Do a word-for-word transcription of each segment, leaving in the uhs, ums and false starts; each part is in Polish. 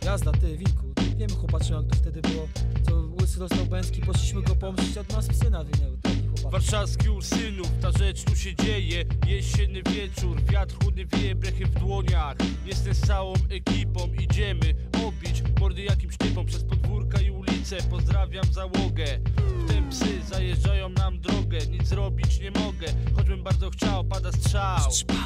Jazda, ty, Wilku, wiemy chłopaczom jak to wtedy było. Co łysy dostał bęcki, poszliśmy go pomścić, od nas psy nawinęły. Taki chłopak. Warszawski Ursynów, ta rzecz tu się dzieje. Jesienny wieczór, wiatr chłodny wieje, brechy w dłoniach. Jestem z całą ekipą, idziemy obić mordy jakimś typom przez podwórka i ulice. Pozdrawiam załogę. Wtem psy zajeżdżają nam drogę, nic zrobić nie mogę, choćbym bardzo chciał, pada strzał.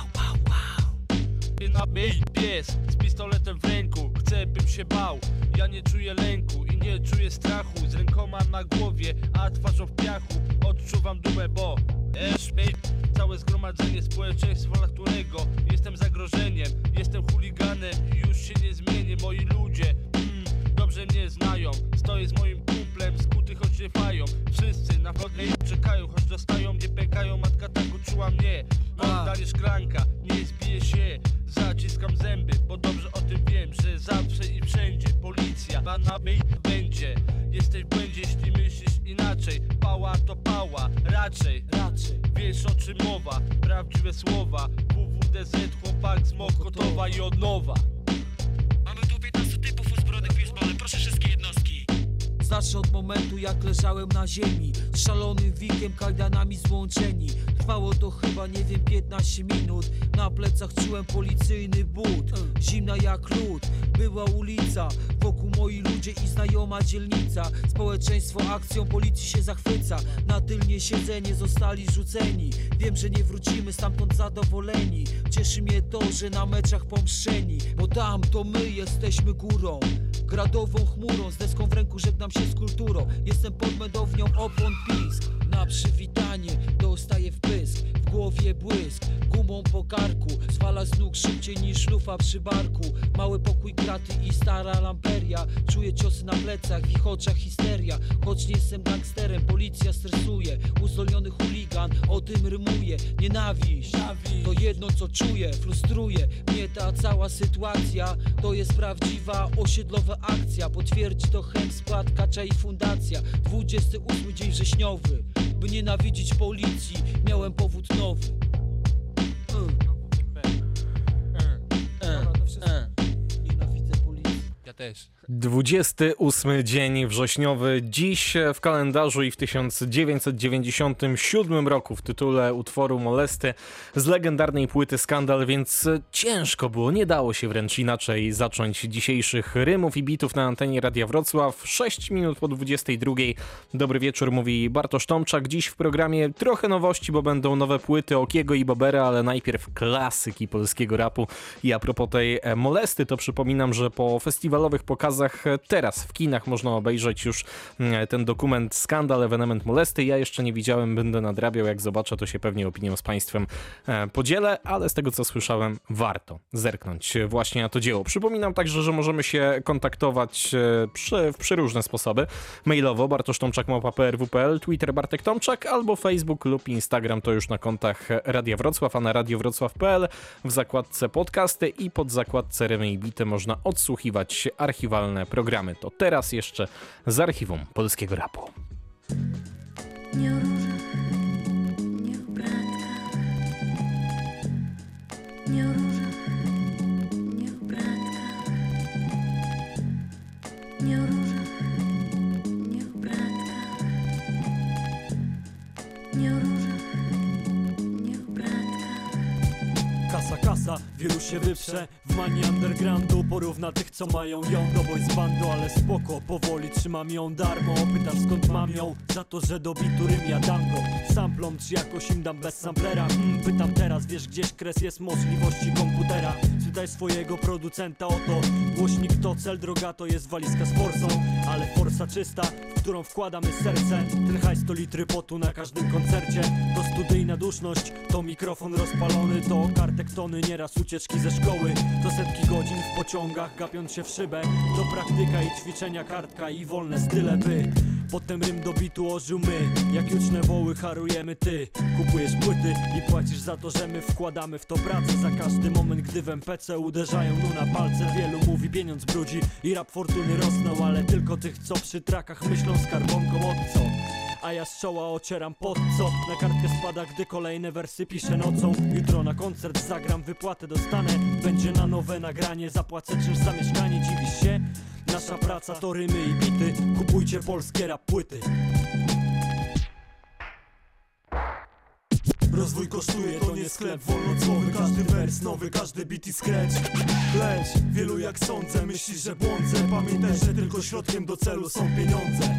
Na myj pies z pistoletem w ręku, chcę bym się bał. Ja nie czuję lęku i nie czuję strachu. Z rękoma na głowie, a twarzą w piachu odczuwam dumę, bo eszpej, całe zgromadzenie społeczeństwa, dla którego jestem zagrożeniem. Jestem chuliganem i już się nie zmienię. Moi ludzie mm, dobrze mnie znają. Stoję z moim kumplem, skuty choć nie fają. Wszyscy na wodnej czekają, choć dostają, nie pękają. Matka tak uczyła mnie. Oddanie szklanka, nie zbije się. Zaciskam zęby, bo dobrze o tym wiem, że zawsze i wszędzie policja na mnie będzie. Jesteś w błędzie, jeśli myślisz inaczej. Pała to pała, raczej, raczej. Wiesz o czym mowa, prawdziwe słowa. W W D Z, chłopak z Mokotowa i od nowa. Mamy tu piętnastu typów uzbrojonych w baseball, proszę wszystkie jednostki. Zacznę od momentu jak leżałem na ziemi, z szalonym wikiem, kajdanami złączeni. Trwało to chyba, nie wiem, piętnaście minut. Na plecach czułem policyjny but, zimna jak lód. Była ulica, wokół moi ludzie i znajoma dzielnica. Społeczeństwo akcją policji się zachwyca. Na tylnie siedzenie zostali rzuceni. Wiem, że nie wrócimy stamtąd zadowoleni. Cieszy mnie to, że na meczach pomszczeni, bo tam to my jesteśmy górą, gradową chmurą. Z deską w ręku żegnam się z kulturą. Jestem pod medownią, opon pisk. Na przywitanie dostaję w pysk, w głowie błysk, gumą po karku. Zwala z nóg szybciej niż lufa przy barku. Mały pokój, kraty i stara lamperia. Czuję ciosy na plecach, w ich oczach histeria. Choć nie jestem gangsterem, policja stresuje. Uzdolniony chuligan, o tym rymuje. Nienawiść, to jedno co czuję, frustruje mnie ta cała sytuacja. To jest prawdziwa osiedlowa akcja. Potwierdzi to chęć, skład, kacza i fundacja. Dwudziesty ósmy dzień wrześniowy. By nienawidzić policji, miałem powód nowy. Nienawidzę policji. Ja też. dwudziesty ósmy dzień wrześniowy, dziś w kalendarzu i w tysiąc dziewięćset dziewięćdziesiątym siódmym roku w tytule utworu Molesty z legendarnej płyty Skandal, więc ciężko było, nie dało się wręcz inaczej zacząć dzisiejszych rymów i bitów na antenie Radia Wrocław. sześć minut po dwudziestej drugiej. Dobry wieczór, mówi Bartosz Tomczak. Dziś w programie trochę nowości, bo będą nowe płyty Okiego i Bobera, ale najpierw klasyki polskiego rapu. I a propos tej Molesty, to przypominam, że po festiwalowych pokazach teraz w kinach można obejrzeć już ten dokument Skandal, ewenement Molesty. Ja jeszcze nie widziałem, będę nadrabiał, jak zobaczę, to się pewnie opinią z Państwem podzielę, ale z tego co słyszałem, warto zerknąć właśnie na to dzieło. Przypominam także, że możemy się kontaktować przy, w przeróżne sposoby. Mailowo bartosztomczak małpa p r w kropka p l, Twitter Bartek Tomczak albo Facebook lub Instagram, to już na kontach Radia Wrocław, a na radiowrocław kropka p l w zakładce podcasty i pod zakładce Rymy i Bity można odsłuchiwać archiwalne programy. To teraz jeszcze z archiwum polskiego rapu. Nie o różach, nie o bratkach, nie o różach, nie o bratkach, nie o różach, nie o bratkach, nie o różach, nie o bratkach. Kasa, kasa, wielu się wyprze w manii undergroundu. Porówna tych, co mają ją do boys bandu. Ale spoko, powoli trzymam ją darmo. Pytasz skąd mam ją? Za to, że do bitu rym ja dam go samplom, czy jakoś im dam bez samplera? Hmm, pytam teraz, wiesz gdzieś kres jest możliwości komputera. Spytaj swojego producenta o to. Głośnik to cel, droga to jest walizka z forsą, ale forsa czysta, w którą wkładamy serce. Ten hajs to litry potu na każdym koncercie. To studyjna duszność, to mikrofon rozpalony, to kartek tony, nieraz ucieczki ze szkoły. To setki godzin w pociągach, gapiąc się w szybę. To praktyka i ćwiczenia, kartka i wolne style, by potem rym do bitu ożył my. Jak juczne woły harujemy ty. Kupujesz płyty i płacisz za to, że my wkładamy w to pracę. Za każdy moment, gdy w em pe ce uderzają nu na palce. Wielu mówi pieniądz brudzi i rap fortuny rosną, ale tylko tych, co przy trakach myślą skarbonką od co. a ja z czoła ocieram pod co. Na kartkę spada, gdy kolejne wersy piszę nocą. Jutro na koncert zagram, wypłatę dostanę. Będzie na nowe nagranie, zapłacę czynsz za mieszkanie. Dziwisz się? Nasza praca to rymy i bity. Kupujcie polskie rap płyty. Rozwój kosztuje, to nie sklep wolnocłowy. Każdy wers nowy, każdy beat i scratch. Lecz wielu jak sądzę myśli, że błądzę. Pamiętaj, że tylko środkiem do celu są pieniądze.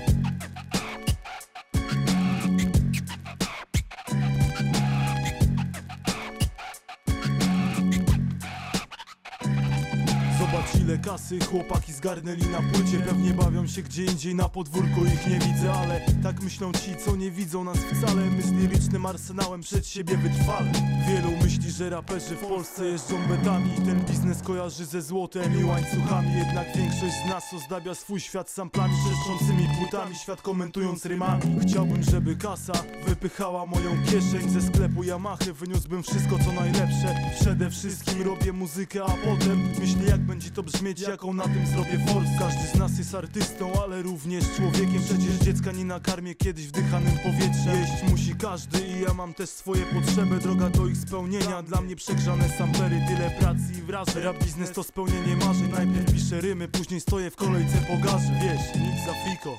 Zobacz ile kasy chłopaki zgarnęli na płycie. Pewnie bawią się gdzie indziej na podwórku, ich nie widzę. Ale tak myślą ci, co nie widzą nas wcale. My z lirycznym arsenałem przed siebie wytrwale. Wielu myśli, że raperzy w Polsce jeżdżą betami i ten biznes kojarzy ze złotem i łańcuchami. Jednak większość z nas ozdabia swój świat samplami, trzeszczącymi płytami, świat komentując rymami. Chciałbym, żeby kasa wypychała moją kieszeń. Ze sklepu Yamahy wyniósłbym wszystko co najlepsze. Przede wszystkim robię muzykę, a potem myślę jak będzie to brzmieć, jaką na tym zrobię force. Każdy z nas jest artystą, ale również człowiekiem. Przecież dziecka nie nakarmię kiedyś wdychanym powietrzem. Jeść musi każdy i ja mam też swoje potrzeby. Droga do ich spełnienia, dla mnie przegrzane samplery. Tyle pracy i wrażeń. Rap biznes to spełnienie marzeń. Najpierw piszę rymy, później stoję w kolejce po garze. Wiesz, nic za fiko.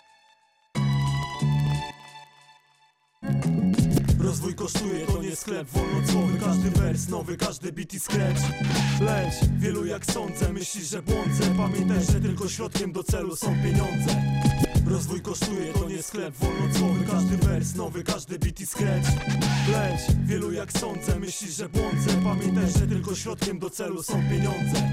Rozwój kosztuje, to nie sklep wolnocłowy. Każdy wers nowy, każdy beat i scratch. Lecz wielu jak sądzę myśli, że błądzę. Pamiętaj, że tylko środkiem do celu są pieniądze. Rozwój kosztuje, to nie sklep wolnocłowy. Każdy wers nowy, każdy beat i scratch. Lecz wielu jak sądzę myśli, że błądzę. Pamiętaj, że tylko środkiem do celu są pieniądze.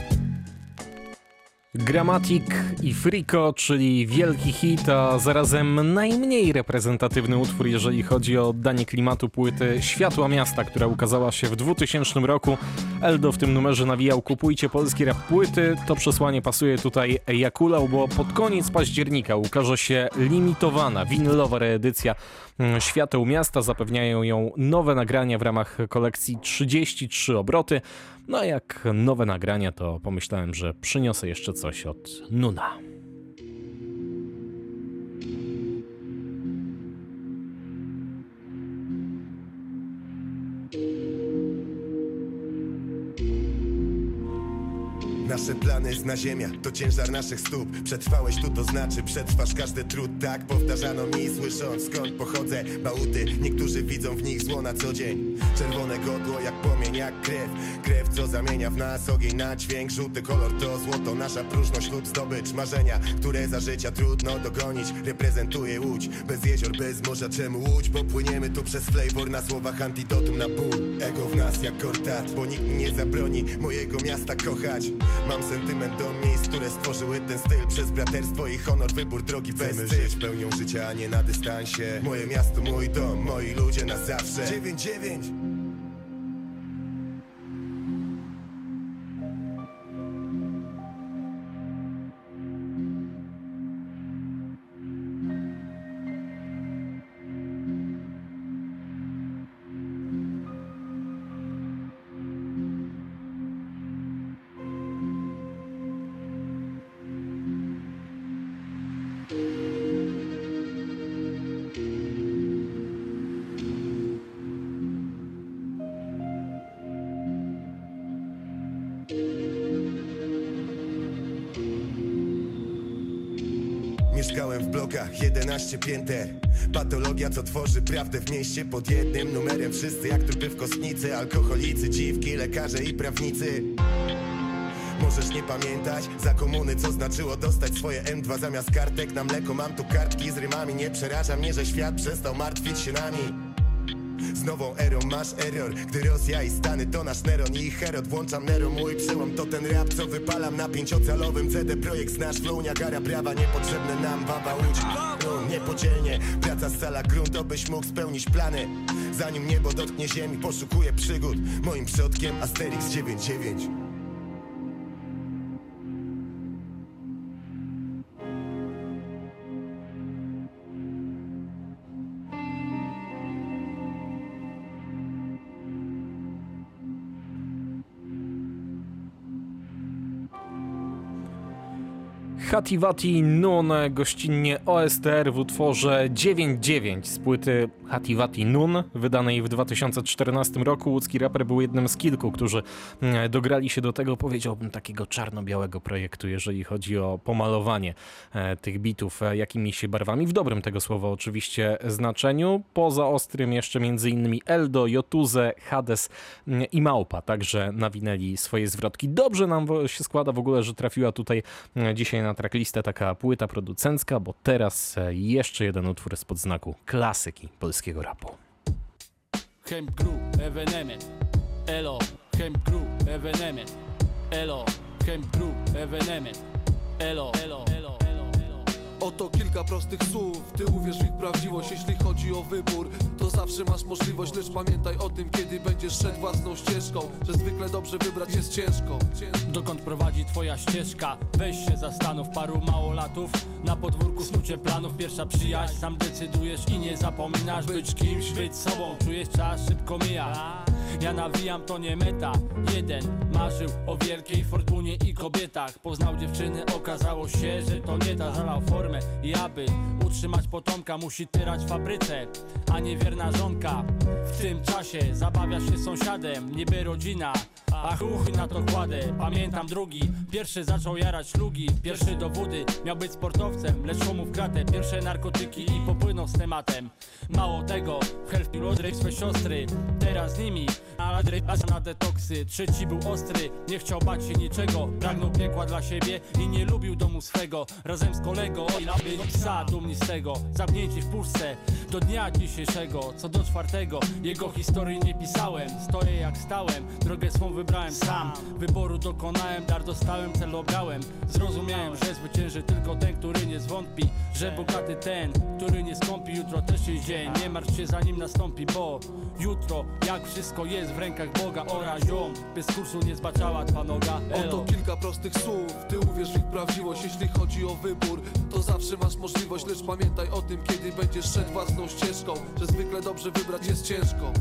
Gramatik i Friko, czyli wielki hit, a zarazem najmniej reprezentatywny utwór, jeżeli chodzi o oddanie klimatu płyty Światła Miasta, która ukazała się w dwutysięcznym roku. Eldo w tym numerze nawijał: kupujcie polskie rap płyty. To przesłanie pasuje tutaj jak ulał, bo pod koniec października ukaże się limitowana, winylowa reedycja Świateł Miasta. Zapewniają ją nowe nagrania w ramach kolekcji trzydzieści trzy obroty. No a jak nowe nagrania, to pomyślałem, że przyniosę jeszcze coś od Nuna. Nasze plany zna ziemia, to ciężar naszych stóp. Przetrwałeś tu, to znaczy przetrwasz każdy trud. Tak powtarzano mi, słysząc skąd pochodzę. Bałuty, niektórzy widzą w nich zło na co dzień. Czerwone godło jak płomień, jak krew. Krew, co zamienia w nas ogień na dźwięk. Żółty kolor to złoto, nasza próżność lub zdobycz. Marzenia, które za życia trudno dogonić. Reprezentuje Łódź, bez jezior, bez morza. Czemu Łódź? Bo płyniemy tu przez flavor. Na słowach antidotum na ból. Ego w nas jak kortat, bo nikt mi nie zabroni mojego miasta kochać. Mam sentyment do miejsc, które stworzyły ten styl. Przez braterstwo i honor, wybór drogi bez styl. Żyć pełnią życia, a nie na dystansie. Moje miasto, mój dom, moi ludzie na zawsze. dziewięć dziewięć. Mieszkałem w blokach, jedenaście pięter. Patologia, co tworzy prawdę w mieście. Pod jednym numerem wszyscy jak trupy w kostnicy. Alkoholicy, dziwki, lekarze i prawnicy. Możesz nie pamiętać za komuny, co znaczyło dostać swoje M dwa zamiast kartek na mleko. Mam tu kartki z rymami, nie przeraża mnie, że świat przestał martwić się nami. Z nową erą masz error, gdy Rosja i Stany to nasz Neron i Herod. Włączam Nero, mój przełom to ten rap, co wypalam na pięciocalowym C D. Projekt znasz, flow, Niagara, prawa, niepotrzebne nam baba łódź. No, niepodzielnie, praca z sala grunt, obyś mógł spełnić plany. Zanim niebo dotknie ziemi, poszukuję przygód. Moim przodkiem Asterix dziewięć dziewięć. Hati Vati Nun, gościnnie O S T R w utworze dziewięć dziewięć z płyty Hati Vati Nun, wydanej w dwa tysiące czternastym roku. Łódzki raper był jednym z kilku, którzy dograli się do tego, powiedziałbym, takiego czarno-białego projektu, jeżeli chodzi o pomalowanie tych bitów jakimiś barwami, w dobrym tego słowa oczywiście znaczeniu. Poza Ostrym jeszcze między innymi Eldo, Jotuze, Hades i Małpa także nawinęli swoje zwrotki. Dobrze nam się składa w ogóle, że trafiła tutaj dzisiaj na tracklistę taka płyta producencka, bo teraz jeszcze jeden utwór spod znaku klasyki polskiego rapu. Hemp Group, evenement, elo, Hemp Group, evenement, elo, Hemp Group, evenement, elo, elo, elo. Oto kilka prostych słów, ty uwierz w ich prawdziwość. Jeśli chodzi o wybór, to zawsze masz możliwość. Lecz pamiętaj o tym, kiedy będziesz szedł własną ścieżką, że zwykle dobrze wybrać jest ciężko. Dokąd prowadzi twoja ścieżka? Weź się zastanów, paru małolatów na podwórku snucie planów. Pierwsza przyjaźń, sam decydujesz i nie zapominasz być kimś, być sobą. Czujesz, czas szybko mija. Ja nawijam, to nie meta. Jeden marzył o wielkiej fortunie i kobietach. Poznał dziewczyny, okazało się, że to nie ta. Zalał formę i aby utrzymać potomka, musi tyrać w fabryce, a nie wierna żonka. W tym czasie zabawia się sąsiadem, niby rodzina, a chuchy na to kładę. Pamiętam drugi, pierwszy zaczął jarać szlugi. Pierwszy do wody, miał być sportowcem, lecz szło mu w kratę. Pierwsze narkotyki i popłynął z tematem. Mało tego, w helfie odryw swe siostry. Teraz z nimi, ale na detoksy. Trzeci był ostry, nie chciał bać się niczego. Pragnął piekła dla siebie i nie lubił domu swego. Razem z kolego, i laby psa dumni z tego. Zamknięci w puszce, do dnia dzisiejszego. Co do czwartego, jego historii nie pisałem. Stoję jak stałem, drogę swą wybrałem sam. Wyboru dokonałem, dar dostałem, cel obrałem. Zrozumiałem, że zwycięży tylko ten, który nie zwątpi. Że bogaty ten, który nie skąpi. Jutro też jest dzień, nie martw się zanim nastąpi, bo jutro, jak wszystko jest w rękach Boga oraz ziom. Bez kursu nie zbaczała twa noga. Elo. Oto kilka prostych słów, ty uwierz w ich prawdziwość. Jeśli chodzi o wybór, to zawsze masz możliwość. Lecz pamiętaj o tym, kiedy będziesz szedł własną ścieżką, że zwykle dobrze wybrać jest ciężko.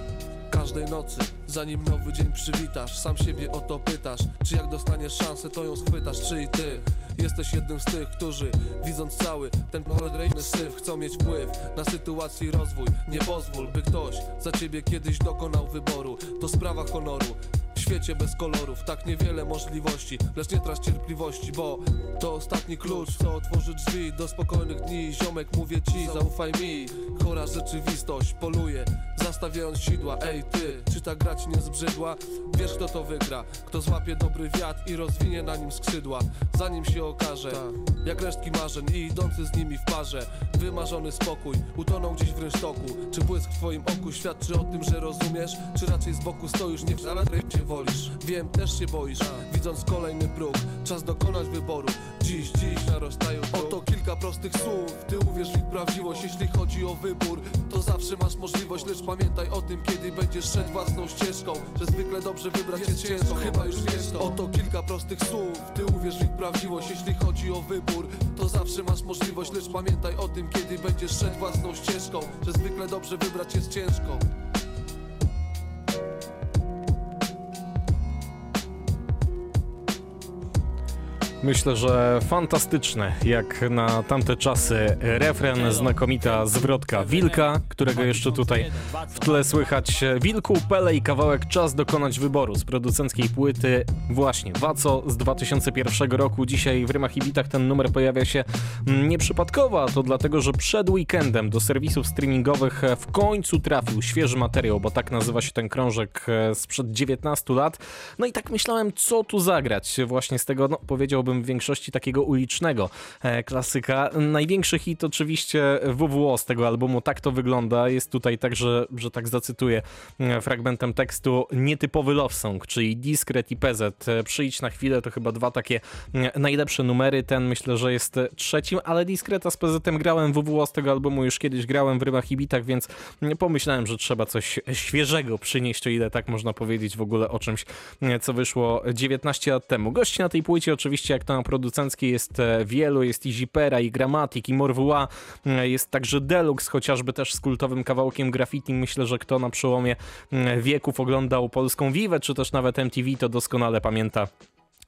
Każdej nocy, zanim nowy dzień przywitasz, sam siebie o to pytasz, czy jak dostaniesz szansę, to ją schwytasz, czy i ty jesteś jednym z tych, którzy widząc cały ten porodrejny syf, chcą mieć wpływ na sytuację i rozwój. Nie pozwól, by ktoś za ciebie kiedyś dokonał wyboru. To sprawa honoru. W świecie bez kolorów, tak niewiele możliwości, lecz nie trać cierpliwości, bo to ostatni klucz, co otworzy drzwi do spokojnych dni. Ziomek, mówię ci, zaufaj mi. Chora rzeczywistość poluje, zastawiając sidła. Ej ty, czy ta gra ci nie zbrzydła? Wiesz, kto to wygra, kto złapie dobry wiatr i rozwinie na nim skrzydła. Zanim się okaże, jak resztki marzeń i idący z nimi w parze. Wymarzony spokój, utonął gdzieś w rynsztoku. Czy błysk w twoim oku świadczy o tym, że rozumiesz? Czy raczej z boku stoisz, nie ale cię wolisz? Wiem, też się boisz, widząc kolejny próg. Czas dokonać wyboru, dziś, dziś na rozstaju dróg. Oto kilka prostych słów, ty uwierz w ich prawdziwość. Jeśli chodzi o wybór, to zawsze masz możliwość. Lecz pamiętaj o tym, kiedy będziesz szedł własną ścieżką, że zwykle dobrze wybrać jest ciężko, chyba już wiesz to. Oto kilka prostych słów, ty uwierz w ich prawdziwość. Jeśli chodzi o wybór, to zawsze masz możliwość. Lecz pamiętaj o tym, kiedy będziesz szedł własną ścieżką, że zwykle dobrze wybrać jest ciężko. Myślę, że fantastyczne, jak na tamte czasy, refren, znakomita zwrotka Wilka, którego jeszcze tutaj w tle słychać. Wilku, Pele i kawałek Czas dokonać wyboru z producenckiej płyty właśnie Waco z dwa tysiące pierwszego roku. Dzisiaj w Rymach i Bitach ten numer pojawia się nieprzypadkowo, a to dlatego, że przed weekendem do serwisów streamingowych w końcu trafił świeży materiał, bo tak nazywa się ten krążek sprzed dziewiętnastu lat. No i tak myślałem, co tu zagrać właśnie z tego, no powiedziałbym, w większości takiego ulicznego e, klasyka. Największy hit oczywiście W W O z tego albumu, tak to wygląda. Jest tutaj także, że tak zacytuję e, fragmentem tekstu, nietypowy love song, czyli Diskret i P Z. E, przyjdź na chwilę, to chyba dwa takie e, najlepsze numery. Ten myślę, że jest trzecim, ale Diskreta z P Z-em grałem, W W O z tego albumu już kiedyś grałem w Rymach i Bitach, więc pomyślałem, że trzeba coś świeżego przynieść, o ile tak można powiedzieć w ogóle o czymś, co wyszło dziewiętnaście lat temu. Gości na tej płycie oczywiście, jak to na producenckiej, jest wielu, jest i Zipera, i Gramatik, i Morwua, jest także Deluxe, chociażby też z kultowym kawałkiem Graffiti. Myślę, że kto na przełomie wieków oglądał polską Vivę, czy też nawet M T V, to doskonale pamięta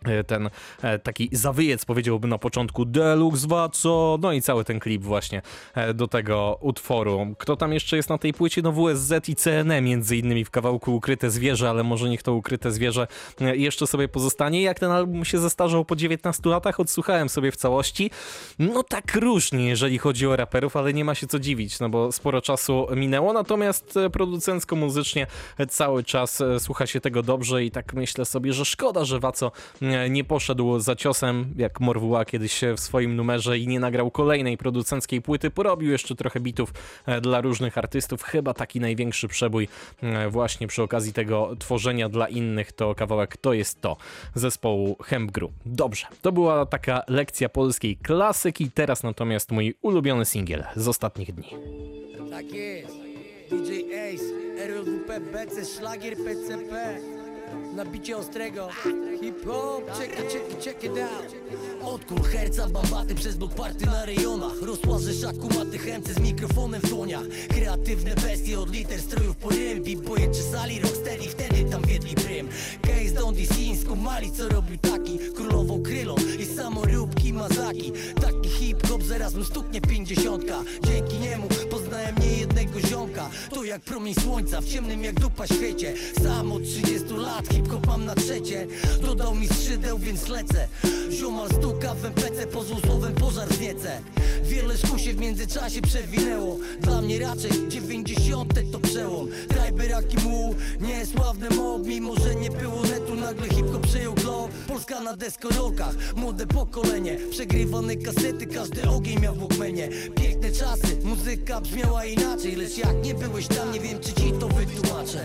ten e, taki zawyjec, powiedziałbym na początku, Deluxe Waco, no i cały ten klip właśnie e, do tego utworu. Kto tam jeszcze jest na tej płycie? No W S Z i C N E między innymi w kawałku Ukryte Zwierzę, ale może niech to Ukryte Zwierzę e, jeszcze sobie pozostanie. Jak ten album się zestarzał po dziewiętnastu latach, odsłuchałem sobie w całości. No tak różnie, jeżeli chodzi o raperów, ale nie ma się co dziwić, no bo sporo czasu minęło, natomiast e, producencko-muzycznie e, cały czas e, słucha się tego dobrze i tak myślę sobie, że szkoda, że Waco e, nie poszedł za ciosem, jak Morwuła kiedyś w swoim numerze i nie nagrał kolejnej producenckiej płyty, porobił jeszcze trochę bitów dla różnych artystów, chyba taki największy przebój właśnie przy okazji tego tworzenia dla innych to kawałek To jest to zespołu Hemp Group. Dobrze, to była taka lekcja polskiej klasyki, teraz natomiast mój ulubiony singiel z ostatnich dni. Tak jest, D J Ace, R L W P, B C, szlagier P C P. Na bicie ostrego hip-hop, check it, check it, check it out. Odkół herca, bambaty przez blok party na rejonach. Rosła rzesza kumaty chęce z mikrofonem w dłoniach. Kreatywne bestie od liter strojów po rym. Beatboye czesali rocksteady, wtedy tam wiedli prym. Case Don D C skumali co robił taki. Królową krylą i samoróbki Mazaki. Taki hip-hop zaraz mu stuknie pięćdziesiątka. Dzięki niemu poznałem niejednego ziomka. To jak promień słońca w ciemnym jak dupa świecie. Sam od trzydziestu lat hip-hop mam na trzecie. Dodał mi skrzydeł, więc lecę. Ziomal stuka w M P C, pozwól słowem pożar zniecę. Wiele szkół się w międzyczasie przewinęło. Dla mnie raczej dziewięćdziesiąte to przełom. Trajberaki mu, niesławny mob. Mimo że nie było netu, nagle hip-hop przejął glob. Polska na deskorolkach, młode pokolenie. Przegrywane kasety, każdy ogień miał w Walkmanie. Piękne czasy, muzyka brzmiała inaczej. Lecz jak nie byłeś tam, nie wiem czy ci to wytłumaczę.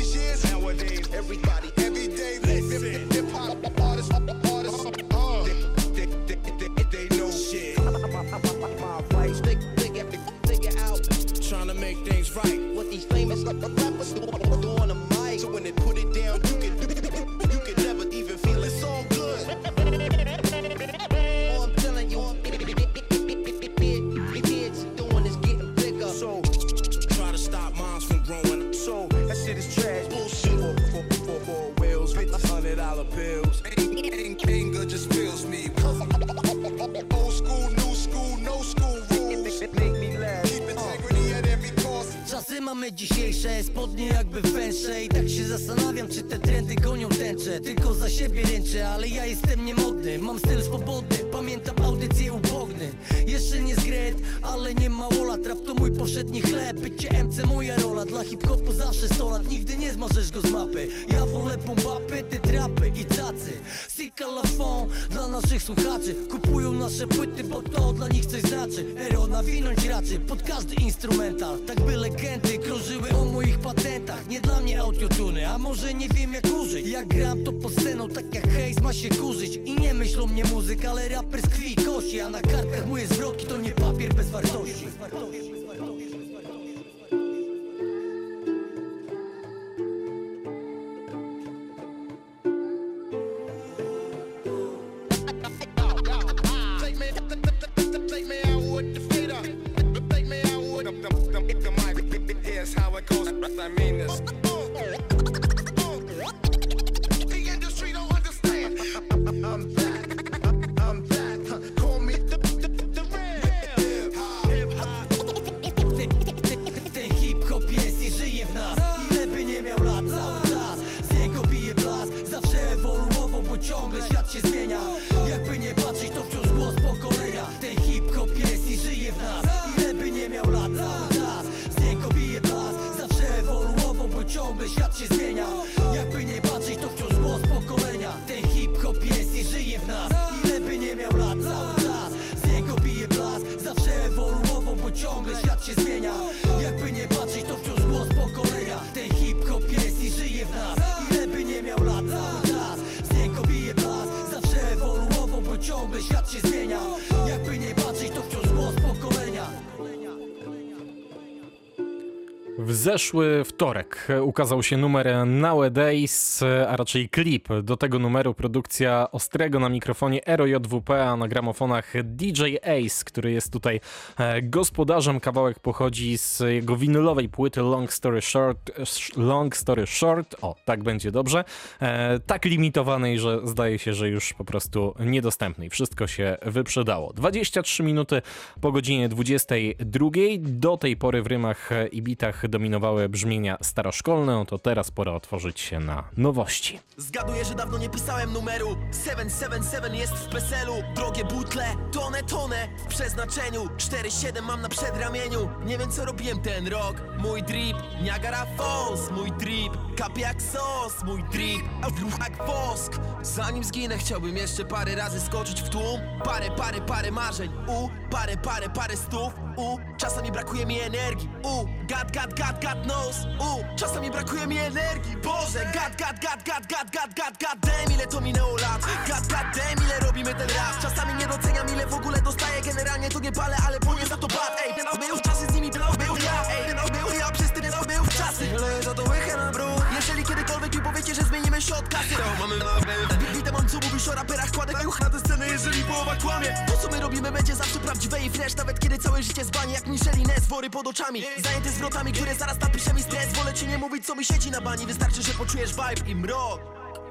Everybody, every day, listen. Hip hop artists, artists, uh, they, they, they, they know shit. My rights, they, they get, they get out, trying to make things right. What these famous rappers do, do on the mic. So when they put it down, you can, you can never even feel it's all good. Oh, I'm telling you, kids doing is getting bigger. So try to stop moms from growing. So that shit is trash, bullshit. Four wheels, fifty hundred dollar bills. Anger just fills me. Old school, new school, no school rules. Make me laugh. Keep integrity at every cost. Czasy mamy dzisiejsze, spodnie jakby węższe. I tak się zastanawiam, czy te trendy gonią tęczę. Tylko za siebie ręczę, ale ja jestem niemodny. Mam styl swobodny, pamiętam audycję ubogny. Jeszcze nie zgret, ale nie małola. Trap to mój powszedni chleb. Bycie M C moja rola, dla hip-hopu zawsze sto lat. Nigdy nie zmarzesz go z mapy. Ja wolę bombapy, ty trapy i tacy. Sika la fond dla naszych słuchaczy. Kupują nasze płyty, bo to dla nich coś znaczy. Ero nawinąć raczy pod każdy instrumental. Tak by legendy krążyły o moich patentach. Nie dla mnie autotuny, a może nie wiem jak użyć. Jak gram to pod sceną, tak jak hejs ma się kurzyć. I nie myślą mnie muzyk, ale raper z krwi i kości. A na kartkach moje zwrotki to nie papier bez wartości. Here's how it goes, I mean this. The industry don't understand. I'm back, I'm back. Call me the, the, the real hip-hop. Ten hip-hop jest i żyje w nas. Ile by nie miał lat, cały czas z niego bije blask. Zawsze ewoluował, bo ciągle świat się zmienia. Jakby nie patrzeć, to wciąż głos pokolenia. Ten hip-hop jest i żyje w nas. Ile by nie miał lat, cały czas z niego bije blask. Zawsze ewoluował, bo ciągle świat się zmienia. Jakby nie patrzeć, to wciąż głos pokolenia. Ten hip-hop jest i żyje w nas. Ile by nie miał lat, cały czas z niego bije blask. Zawsze ewoluował, bo ciągle świat się zmienia. Jakby nie patrzeć, to wciąż głos pokolenia. Ten hip-hop jest i żyje w nas. Ile by nie miał lat, cały czas z niego bije blask. Zawsze ewoluował. zeszły wtorek ukazał się numer Nowadays, a raczej klip. Do tego numeru produkcja Ostrego na mikrofonie Ero J W P, a na gramofonach D J Ace, który jest tutaj gospodarzem. Kawałek pochodzi z jego winylowej płyty Long Story Short. Long Story Short, o, tak będzie dobrze. E, tak limitowanej, że zdaje się, że już po prostu niedostępnej. Wszystko się wyprzedało. dwadzieścia trzy minuty po godzinie dwudziestej drugiej. Do tej pory w rymach i bitach dominowały brzmienia staroszkolne, no to teraz pora otworzyć się na nowości. Zgaduję, że dawno nie pisałem numeru siedem siedem siedem jest w peselu. Drogie butle, tonę, tonę w przeznaczeniu. cztery siedem mam na przedramieniu. Nie wiem co robiłem ten rok. Mój drip, Niagara Falls. Mój drip, kapie jak sos. Mój drip, jak wosk. Zanim zginę chciałbym jeszcze parę razy skoczyć w tłum. Parę, parę, parę marzeń. U, parę, parę, parę stów. U, czasami brakuje mi energii. U, God, God, God, God knows. U, czasami brakuje mi energii. Boże, God, God, God, God, God, God, God, God damn, ile to minęło lat. God, God damn, ile robimy ten rap. Czasami nie doceniam, ile w ogóle dostaję. Generalnie to nie palę, ale płynie za to bad. Ej, ten był czasy z nimi, ten był ja. Ej, ten był ja, przez ten był czasy. Leję za to łychę na brud. Jeżeli kiedykolwiek mi powiecie, że zmienimy się od kasy, to mamy na witam, mam co mówisz o raperach. Kładę kajuch na tę scenę, jeżeli połowa kłamie. To co my robimy będzie zawsze prawdziwe i fresh. Nawet kiedy całe życie zbani jak Michelle Inez, wory pod oczami. Zajęty zwrotami, które zaraz napisze mi stres. Wolę ci nie mówić co mi siedzi na bani. Wystarczy, że poczujesz vibe i mrok.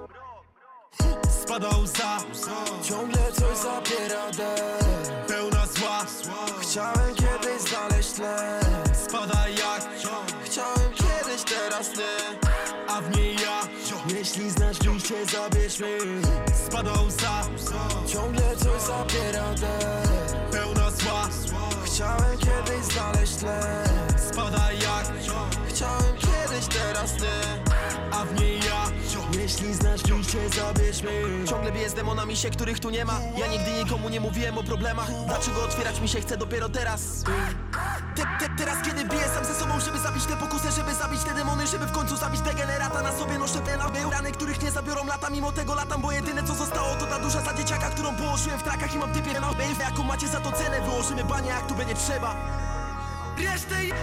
Spada łza, ciągle coś zabiera dech. Pełna zła, chciałem kiedyś znaleźć tle. Spada jak, chciałem kiedyś, teraz nie. A w niej ja, jeśli znasz wyjście, zabierz mnie. Spada łza, ciągle coś zabiera dech. Pełna zła, chciałem kiedyś znaleźć tle. Spada jak, chciałem kiedyś, teraz nie. A w niej ja, jeśli znasz wyjście, zabierz mnie. Ciągle biję z demonami się, których tu nie ma. Ja nigdy nikomu nie mówiłem o problemach. Dlaczego otwierać mi się chce dopiero teraz? Te, te, teraz kiedy biję sam ze sobą, żeby zabić te pokusy, żeby zabić te demony, żeby w końcu zabić degenerata. Na sobie noszę te rany, których nie zabiorą lata. Mimo tego latam, bo jedyne co zostało to ta dusza za dzieciaka, którą położyłem w trakach i mam typie na obejście. Jaką macie za to cenę, wyłożymy banie jak tu będzie trzeba. Resztę je...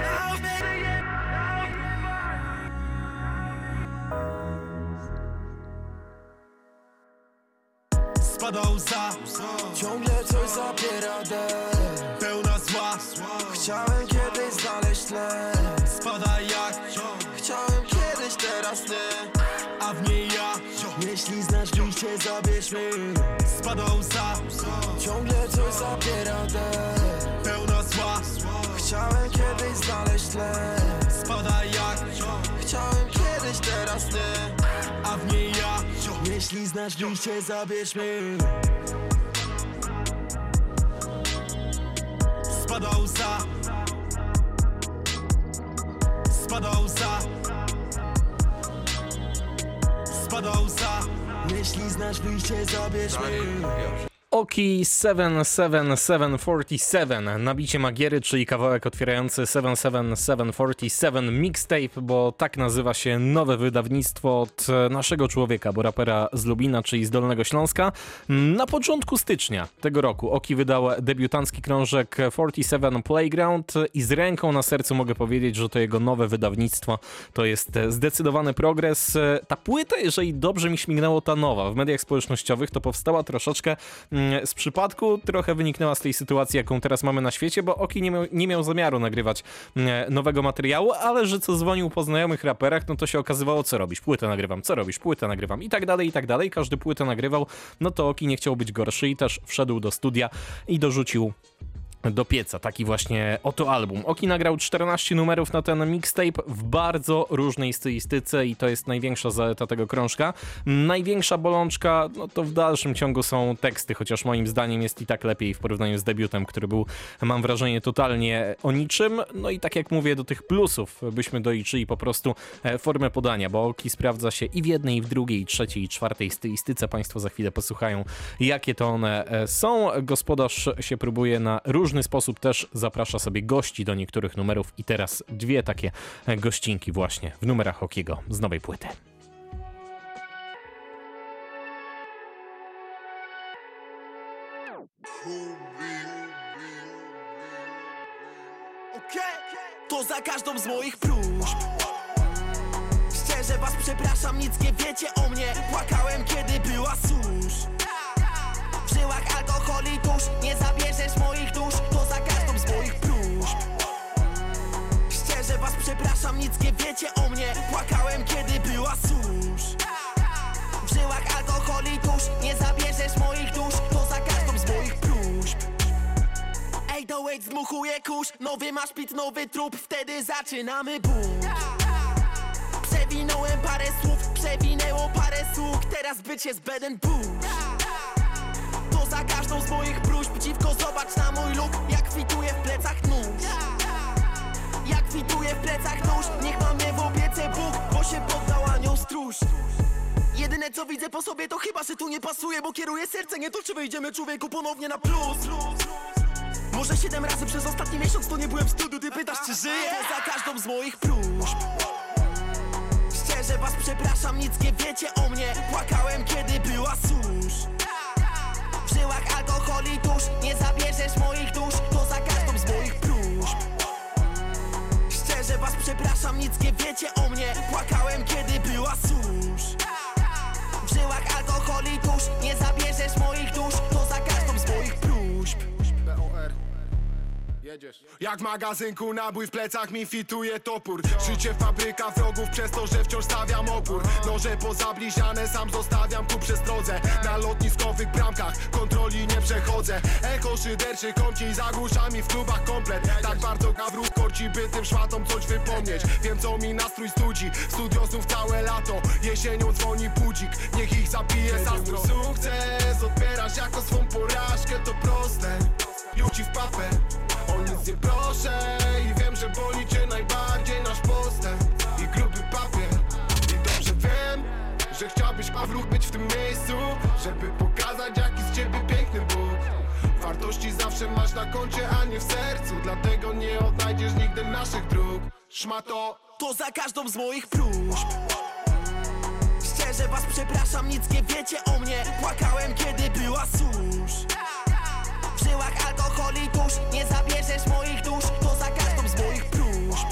Spada łza, ciągle coś zabiera dech. Pełna zła, chciałem kiedyś znaleźć tle. Spada jak, chciałem kiedyś, teraz nie. A w niej ja, jeśli znasz wyjście, zabierz mnie. Spada łza, ciągle coś zabiera dech. Pełna zła, chciałem kiedyś znaleźć tle. Spada jak, chciałem kiedyś, teraz nie. A w niej ja, jeśli znasz wyjście, zabierz mnie. Spada łza, spada łza, spada łza, jeśli znasz wyjście, zabierz mnie. Oki siedem siedem siedem cztery siedem, nabicie Magiery, czyli kawałek otwierający siedem siedem siedem cztery siedem Mixtape, bo tak nazywa się nowe wydawnictwo od naszego człowieka, bo rapera z Lubina, czyli z Dolnego Śląska. Na początku stycznia tego roku Oki wydał debiutancki krążek czterdzieści siedem Playground i z ręką na sercu mogę powiedzieć, że to jego nowe wydawnictwo to jest zdecydowany progres. Ta płyta, jeżeli dobrze mi śmignęło, ta nowa w mediach społecznościowych, to powstała troszeczkę z przypadku, trochę wyniknęła z tej sytuacji, jaką teraz mamy na świecie, bo Oki nie miał, nie miał zamiaru nagrywać nowego materiału, ale że co dzwonił po znajomych raperach, no to się okazywało, co robisz, płytę nagrywam, co robisz, płytę nagrywam i tak dalej, i tak dalej. Każdy płytę nagrywał, no to Oki nie chciał być gorszy i też wszedł do studia i dorzucił do pieca taki właśnie oto album. Oki nagrał czternaście numerów na ten mixtape w bardzo różnej stylistyce i to jest największa zaleta tego krążka. Największa bolączka, no to w dalszym ciągu są teksty, chociaż moim zdaniem jest i tak lepiej w porównaniu z debiutem, który był, mam wrażenie, totalnie o niczym. No i tak jak mówię, do tych plusów byśmy doliczyli po prostu formę podania, bo Oki sprawdza się i w jednej, i w drugiej, i trzeciej, i czwartej stylistyce. Państwo za chwilę posłuchają, jakie to one są. Gospodarz się próbuje na różne sposób, też zaprasza sobie gości do niektórych numerów i teraz dwie takie gościnki właśnie w numerach Okiego z nowej płyty. Okay. To za każdą z moich próśb. Szczerze was przepraszam, nic nie wiecie o mnie. Płakałem kiedy była susz. W żyłach alkohol i tusz. Nie zabierzesz moich dusz. To za każdą z moich próśb. Szczerze was przepraszam, nic nie wiecie o mnie. Płakałem kiedy była susz. W żyłach alkohol i tusz. Nie zabierzesz moich dusz. To za każdą z moich próśb. Ej, do wait, zmuchuję kurz. Nowy masz pit, nowy trup. Wtedy zaczynamy bunt. Przewinąłem parę słów, przewinęło parę sług. Teraz bycie z beden bush. To za każdą z moich próśb. Dziwko, zobacz na mój look. Jak fituje w plecach nóż. Jak fituje w plecach nóż. Niech ma mnie w opiece Bóg, bo się poddał anioł stróż. Jedyne co widzę po sobie to chyba, że tu nie pasuje, bo kieruję serce, nie to czy wyjdziemy człowieku ponownie na plus. Może siedem razy przez ostatni miesiąc to nie byłem w studiu. Ty pytasz czy żyję? To za każdą z moich próśb. Szczerze was przepraszam, nic nie wiecie o mnie. Płakałem kiedy była susz. W żyłach alkohol i tusz. Nie zabierzesz moich dusz. To za każdą z moich próśb. Szczerze was przepraszam, nic nie wiecie o mnie. Płakałem kiedy była susz. W żyłach alkohol i tusz. Nie zabierzesz moich dusz. To za każdą z moich próśb. Jedziesz. Jak w magazynku nabój w plecach mi fituje topór. Życie fabryka wrogów przez to, że wciąż stawiam opór. Noże pozabliziane sam zostawiam ku przestrodze. Na lotniskowych bramkach kontroli nie przechodzę. Echo szyderczy kąci za głuszami w klubach komplet. Tak bardzo gawrów korci, by tym szmatom coś wypomnieć. Wiem co mi nastrój studzi, studiosów całe lato. Jesienią dzwoni budzik, niech ich zabije zastro. Sukces odbierasz jako swą porażkę, to proste. Ludzi w papę. O nic nie proszę i wiem, że boli cię najbardziej nasz postęp i gruby papier. I dobrze wiem, że chciałbyś Pawluch być w tym miejscu, żeby pokazać jaki z ciebie piękny Bóg. Wartości zawsze masz na koncie, a nie w sercu, dlatego nie odnajdziesz nigdy naszych dróg. Szmato. To za każdą z moich próśb. Szczerze was przepraszam, nic nie wiecie o mnie. Płakałem kiedy była susz. W żyłach alkohol i tusz. Nie zabierzesz moich dusz. To za każdą z moich próśb.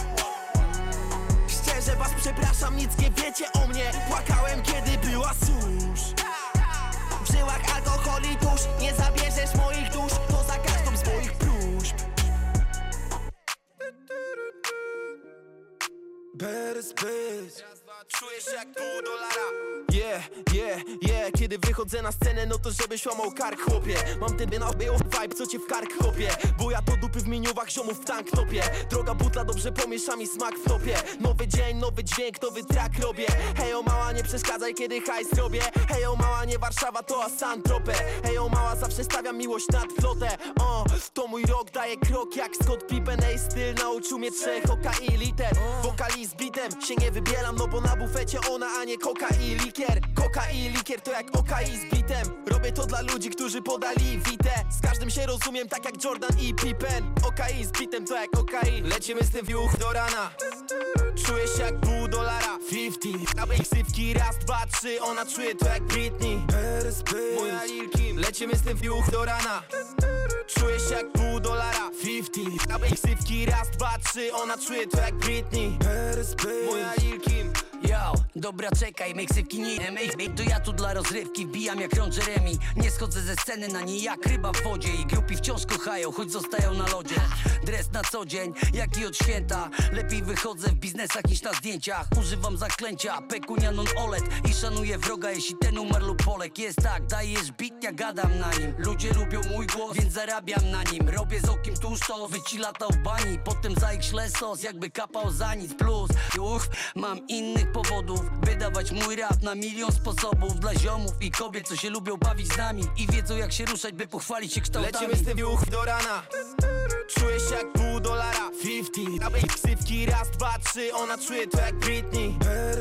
Szczerze was przepraszam, nic nie wiecie o mnie. Płakałem kiedy była susz. W żyłach alkohol i tusz. Nie zabierzesz moich dusz. To za każdą z moich próśb. Better space. Czujesz się jak pół dolara. Yeah, yeah, yeah. Kiedy wychodzę na scenę, no to żebyś łamał kark, chłopie. Mam ten wynabiał vibe, co cię w kark chłopie. Bo ja to dupy w miniuwach, ziomów w tank topie. Droga butla, dobrze pomiesza mi smak w topie. Nowy dzień, nowy dźwięk, nowy track robię. Hejo mała, nie przeszkadzaj, kiedy hajs robię. Hejo mała, nie Warszawa, to Asantropę. Hejo mała, zawsze stawiam miłość nad flotę. O, to mój rok, daje krok jak Scott Pippen. Ej, styl nauczył mnie trzech oka i liter. Wokali z bitem, się nie wybieram, no bo na bufecie ona, a nie koka i likier. Koka i likier to jak oka i z bitem. Robię to dla ludzi, którzy podali witę. Z każdym się rozumiem, tak jak Jordan i Pippen. Oka i z bitem to jak oka i. Lecimy z tym wiuch do rana. Czuję się jak pół dolara. pięćdziesiąt. Na ksywki raz, dwa, trzy. Ona czuje to jak Britney. Moja Lil Kim. Lecimy z tym wiuch do rana. Czuję się jak pół dolara. pięćdziesiąt. Na ksywki raz, dwa, trzy. Ona czuje to jak Britney. Moja Lil Kim. Yo, dobra czekaj, meksywki nie jem. To ja tu dla rozrywki wbijam jak Ron Jeremy. Nie schodzę ze sceny na niej jak ryba w wodzie. I grupy wciąż kochają, choć zostają na lodzie. Dres na co dzień, jak i od święta. Lepiej wychodzę w biznesach niż na zdjęciach. Używam zaklęcia, pekunia non olet. I szanuję wroga, jeśli ten umarł lub Polek. Jest tak, dajesz beat, ja gadam na nim. Ludzie lubią mój głos, więc zarabiam na nim. Robię z okiem tłuszczo, wyci latał w bani. Potem za ich śle sos, jakby kapał za nic. Plus, uch, mam innych powodów, by dawać mój rap na milion sposobów. Dla ziomów i kobiet, co się lubią bawić z nami i wiedzą jak się ruszać, by pochwalić się kształtami. Lecimy z tym wiuch do rana. Czuję się jak pół dolara. pięćdziesiąt. Na ksywki raz, dwa, trzy. Ona czuje to jak Britney.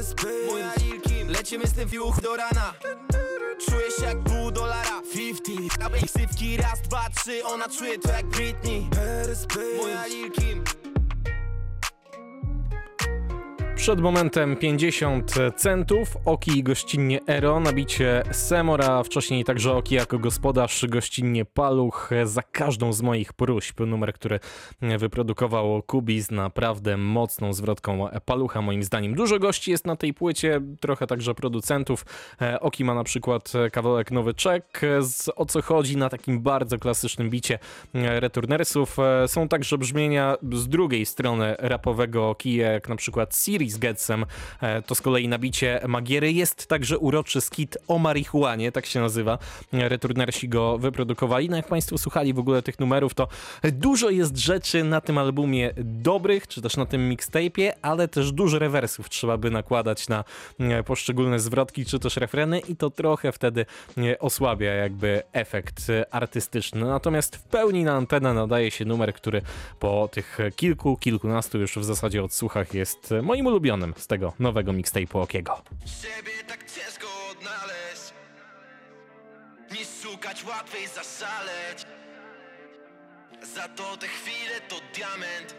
Moja Lil Kim. Lecimy z tym wiuch do rana. Czuję się jak pół dolara. pięćdziesiąt. Na ksywki raz, dwa, trzy. Ona czuje to jak Britney. Moja Lil Kim. Przed momentem pięćdziesiąt centów, Oki gościnnie Ero, nabicie Semora, wcześniej także Oki jako gospodarz, gościnnie Paluch. Za każdą z moich próśb, numer, który wyprodukował Kubi z naprawdę mocną zwrotką Palucha, moim zdaniem. Dużo gości jest na tej płycie, trochę także producentów. Oki ma na przykład kawałek Nowy Czek, z O co chodzi na takim bardzo klasycznym bicie Returnersów. Są także brzmienia z drugiej strony rapowego Oki, jak na przykład Siri z Getsem, to z kolei nabicie Magiery. Jest także uroczy skit o marihuanie, tak się nazywa. Returnersi go wyprodukowali. No jak Państwo słuchali w ogóle tych numerów, to dużo jest rzeczy na tym albumie dobrych, czy też na tym mixtape'ie, ale też dużo rewersów trzeba by nakładać na poszczególne zwrotki, czy też refreny i to trochę wtedy osłabia jakby efekt artystyczny. Natomiast w pełni na antenę nadaje się numer, który po tych kilku, kilkunastu już w zasadzie odsłuchach jest moim ulubionym z tego nowego mixtape'u Okiego. Siebie tak ciężko odnaleźć, niż szukać łatwiej zaszaleć. Za to te chwile to diament.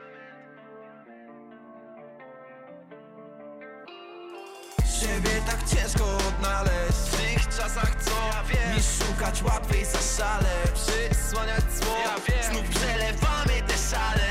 Siebie tak ciężko odnaleźć w tych czasach, co ja wiem, niż szukać łatwiej zaszaleć. Przysłaniać zło, ja wiem, znów przelewamy te szale.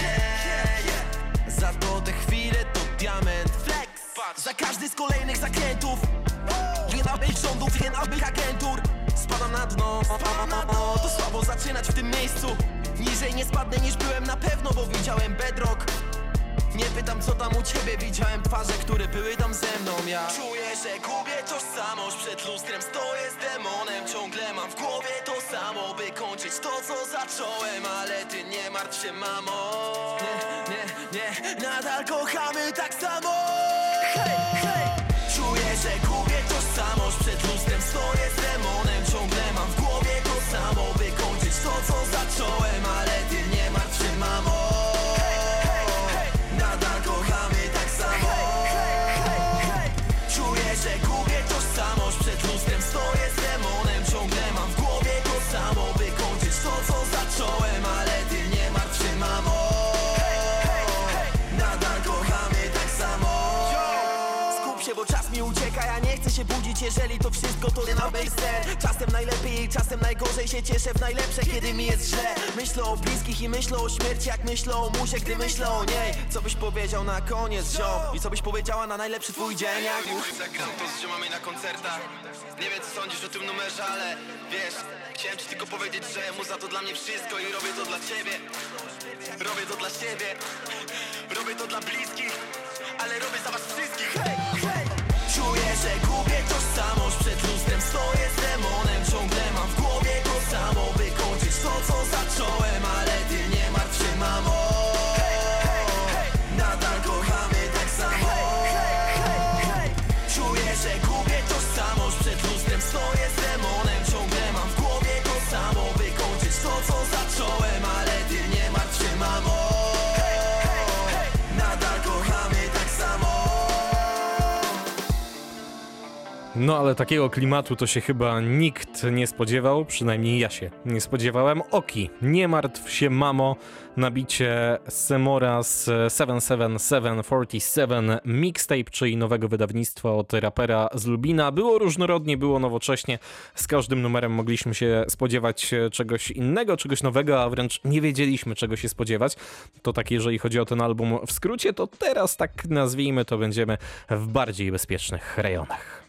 Za to te chwile to diament. Flex, patrz. Za każdy z kolejnych zakrętów, nie na być rządów, nie na być agentur. Spadam na dno, spadam na dno. To słabo zaczynać w tym miejscu. Niżej nie spadnę niż byłem na pewno, bo widziałem bedrock. Nie pytam co tam u ciebie, widziałem twarze, które były tam ze mną. Ja czuję, że gubię tożsamość, przed lustrem stoję z demonem. Ciągle mam w głowie to samo, by kończyć to co zacząłem. Ale ty nie martw się, mamo. Nie, nie, nie, nadal kochamy tak samo. Hej, hej. Czuję, że gubię tożsamość, przed lustrem stoję z demonem. Ciągle mam w głowie to samo, by kończyć to co zacząłem. Ale ty nie martw się, mamo. Że gubię tożsamość, przed lustrem stoję z demonem. Ciągle mam w głowie to samo, by kończyć to co zacząłem. Ale ty nie martw się, mamo. Nadal kochamy tak samo. Skup się, bo czas mi ucieka, ja nie chcę się budzić, jeżeli to wszystko to nie na ser. Czasem najlepiej, czasem najgorzej się cieszę w najlepsze, kiedy mi jest źle. Myślę o bliskich i myślę o śmierci, jak myślę o muzie, gdy myślę o niej. Co byś powiedział na koniec, ziom? I co byś powiedziała na najlepszy twój dzień, jak już zagram to z ziomami na koncertach. Nie wiem co sądzisz o tym numerze, ale wiesz, chciałem ci tylko powiedzieć, że muza to dla mnie wszystko i robię to dla ciebie. Robię to dla siebie, robię to dla bliskich, ale robię za was wszystkich. Hej, hej. Czuję, że gubię tożsamość, przed lustrem stoję z demonem. Ciągle mam w głowie to samo, by kończyć to co zacząłem. Ale ty nie martw się, mamo. Hej, hej, hej. Nadal kochamy tak samo. Hej, hej, hej. Czuję, że gubię tożsamość, przed lustrem stoję z demonem. Ciągle mam w głowie to samo, by kończyć to co zacząłem. Ale ty nie martw się, mamo. Hej, hej, hej. Nadal kochamy tak samo. No ale takiego klimatu to się chyba nikt nie spodziewał, przynajmniej ja się nie spodziewałem. Oki, nie martw się, mamo, nabicie Semora z siedem siedem siedem czterdzieści siedem Mixtape, czyli nowego wydawnictwa od rapera z Lubina. Było różnorodnie, było nowocześnie, z każdym numerem mogliśmy się spodziewać czegoś innego, czegoś nowego, a wręcz nie wiedzieliśmy czego się spodziewać. To tak jeżeli chodzi o ten album w skrócie, to teraz tak nazwijmy to będziemy w bardziej bezpiecznych rejonach.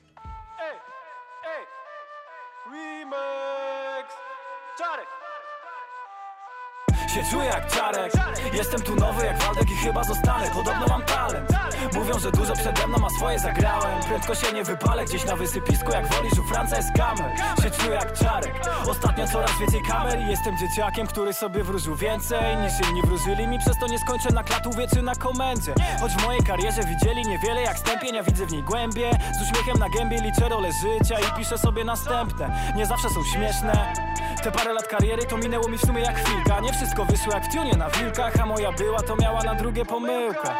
Się czuję jak Czarek, jestem tu nowy jak Waldek i chyba zostanę, podobno mam talent. Mówią, że dużo przede mną, a swoje zagrałem. Prędko się nie wypalę, gdzieś na wysypisku jak wolisz, u Franca jest kamer. Się czuję jak Czarek, ostatnio coraz więcej kamer i jestem dzieciakiem, który sobie wróżył więcej niż inni wróżyli mi, przez to nie skończę na klatówie czy na komendzie. Choć w mojej karierze widzieli niewiele jak stępień, ja widzę w niej głębie. Z uśmiechem na gębie liczę rolę życia i piszę sobie następne. Nie zawsze są śmieszne. Te parę lat kariery to minęło mi w sumie jak chwilka. Nie wszystko wyszło jak w tunie na wilkach, a moja była to miała na drugie pomyłka.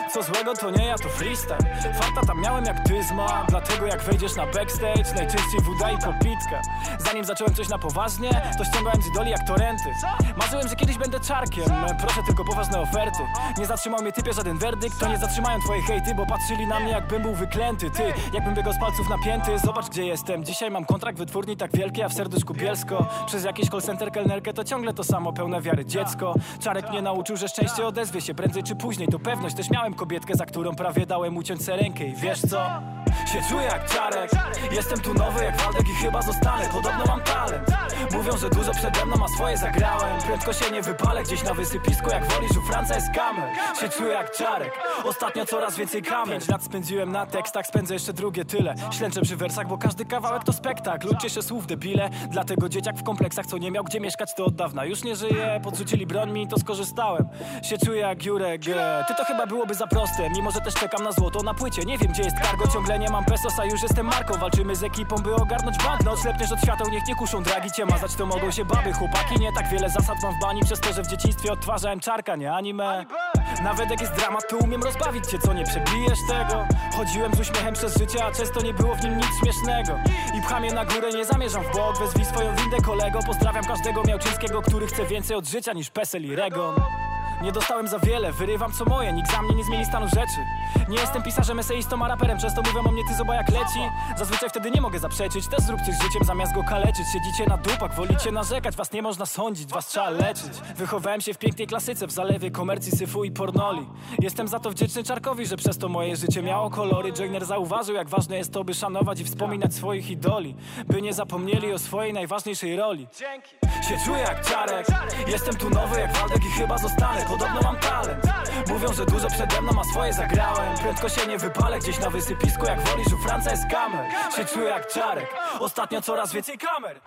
Co złego to nie ja, to freestyle. Farta tam miałem jak dyzma, dlatego jak wejdziesz na backstage najczęściej woda i popitka. Zanim zacząłem coś na poważnie, to ściągałem z idoli jak torenty. Marzyłem, że kiedyś będę czarkiem, proszę tylko poważne oferty. Nie zatrzymał mnie typie żaden werdykt, to nie zatrzymają twoje hejty, bo patrzyli na mnie jakbym był wyklęty. Ty, jakbym biegał z palców napięty, zobacz gdzie jestem. Dzisiaj mam kontrakt wytwórni tak wielki, a w serduszku Bielsko. Przez jakiś call center kelnerkę to ciągle to samo, pełne wiary dziecko. Czarek mnie nauczył, że szczęście odezwie się prędzej czy później, to pewność. Też miałem kobietkę, za którą prawie dałem uciąć se rękę i wiesz co? Się czuję jak Czarek, jestem tu nowy jak Waldek i chyba zostanę, podobno mam talent. Mówią, że dużo przede mną, a swoje zagrałem. Prędko się nie wypalę, gdzieś na wysypisku jak wolisz, u Franca jest kamer. Się czuję jak Czarek, ostatnio coraz więcej kamer. Pięć lat spędziłem na tekstach, spędzę jeszcze drugie tyle. Ślęczę przy wersach, bo każdy kawałek to spektakl. Ludzie się słów debile, dlatego dzieciak w kompleksach, co nie miał gdzie mieszkać, to od dawna już nie żyje. Podrzucili broń mi, to skorzystałem. Się czuję jak Jurek, ty to chyba byłoby za proste. Mimo, że też czekam na złoto na płycie, nie wiem gdzie jest cargo. Ciągle nie mam pesos, a już jestem marką. Walczymy z ekipą, by ogarnąć banknot. Ślepniesz od świateł, niech nie kuszą dragi. Cię mazać to mogą się baby, chłopaki. Nie tak wiele zasad mam w bani, przez to, że w dzieciństwie odtwarzałem Czarka, nie anime. Nawet jak jest dramat, to umiem rozbawić cię, co nie przebijesz tego. Chodziłem z uśmiechem przez życie, a często nie było w nim nic śmiesznego. I pcham je na górę, nie zamierzam w bok. Wezwij swoją windę, kolego. Pozdrawiam każdego Miałczyńskiego, który chce więcej od życia niż PESEL i Regon. Nie dostałem za wiele, wyrywam co moje, nikt za mnie nie zmieni stanu rzeczy. Nie jestem pisarzem, eseistą, a raperem, często mówią o mnie ty zoba jak leci. Zazwyczaj wtedy nie mogę zaprzeczyć, też zróbcie z życiem zamiast go kaleczyć. Siedzicie na dupach, wolicie narzekać, was nie można sądzić, was trzeba leczyć. Wychowałem się w pięknej klasyce, w zalewie komercji, syfu i pornoli. Jestem za to wdzięczny Czarkowi, że przez to moje życie miało kolory. Joyner zauważył, jak ważne jest to, by szanować i wspominać swoich idoli, by nie zapomnieli o swojej najważniejszej roli. Się czuję jak Czarek, jestem tu nowy jak Waldek i chyba zostanę, podobno mam talent. Mówią, że dużo przede mną, a swoje zagrałem. Prędko się nie wypalę, gdzieś na wysypisku jak wolisz, u Franca jest kamer. Się czuję jak Czarek, ostatnio coraz więcej kamer.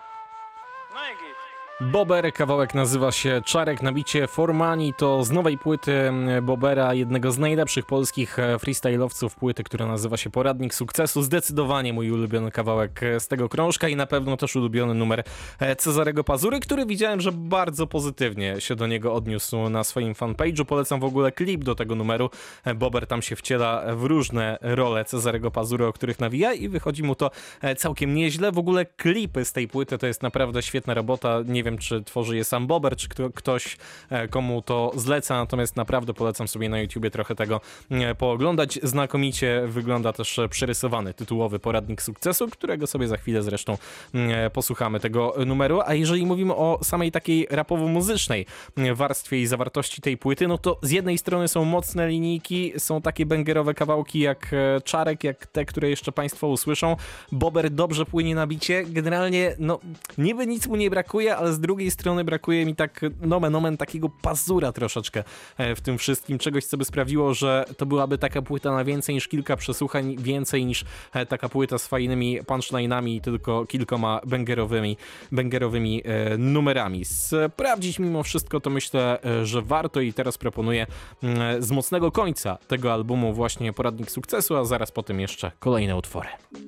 No i git. Bober, kawałek nazywa się Czarek na bicie For Money, to z nowej płyty Bobera, jednego z najlepszych polskich freestyle'owców, płyty, która nazywa się Poradnik Sukcesu. Zdecydowanie mój ulubiony kawałek z tego krążka i na pewno też ulubiony numer Cezarego Pazury, który widziałem, że bardzo pozytywnie się do niego odniósł na swoim fanpage'u. Polecam w ogóle klip do tego numeru. Bober tam się wciela w różne role Cezarego Pazury, o których nawija i wychodzi mu to całkiem nieźle. W ogóle klipy z tej płyty to jest naprawdę świetna robota. Nie wiem, czy tworzy je sam Bober, czy kto, ktoś, komu to zleca, natomiast naprawdę polecam sobie na YouTubie trochę tego pooglądać. Znakomicie wygląda też przerysowany tytułowy Poradnik Sukcesu, którego sobie za chwilę zresztą posłuchamy tego numeru. A jeżeli mówimy o samej takiej rapowo-muzycznej warstwie i zawartości tej płyty, no to z jednej strony są mocne linijki, są takie bangerowe kawałki jak Czarek, jak te, które jeszcze państwo usłyszą. Bober dobrze płynie na bicie. Generalnie, no, niby nic mu nie brakuje, ale z drugiej strony brakuje mi tak nomen omen takiego pazura troszeczkę w tym wszystkim, czegoś, co by sprawiło, że to byłaby taka płyta na więcej niż kilka przesłuchań, więcej niż taka płyta z fajnymi punchline'ami i tylko kilkoma bangerowymi, bangerowymi e, numerami. Sprawdzić mimo wszystko to myślę, że warto i teraz proponuję e, z mocnego końca tego albumu właśnie Poradnik Sukcesu, a zaraz potem jeszcze kolejne utwory.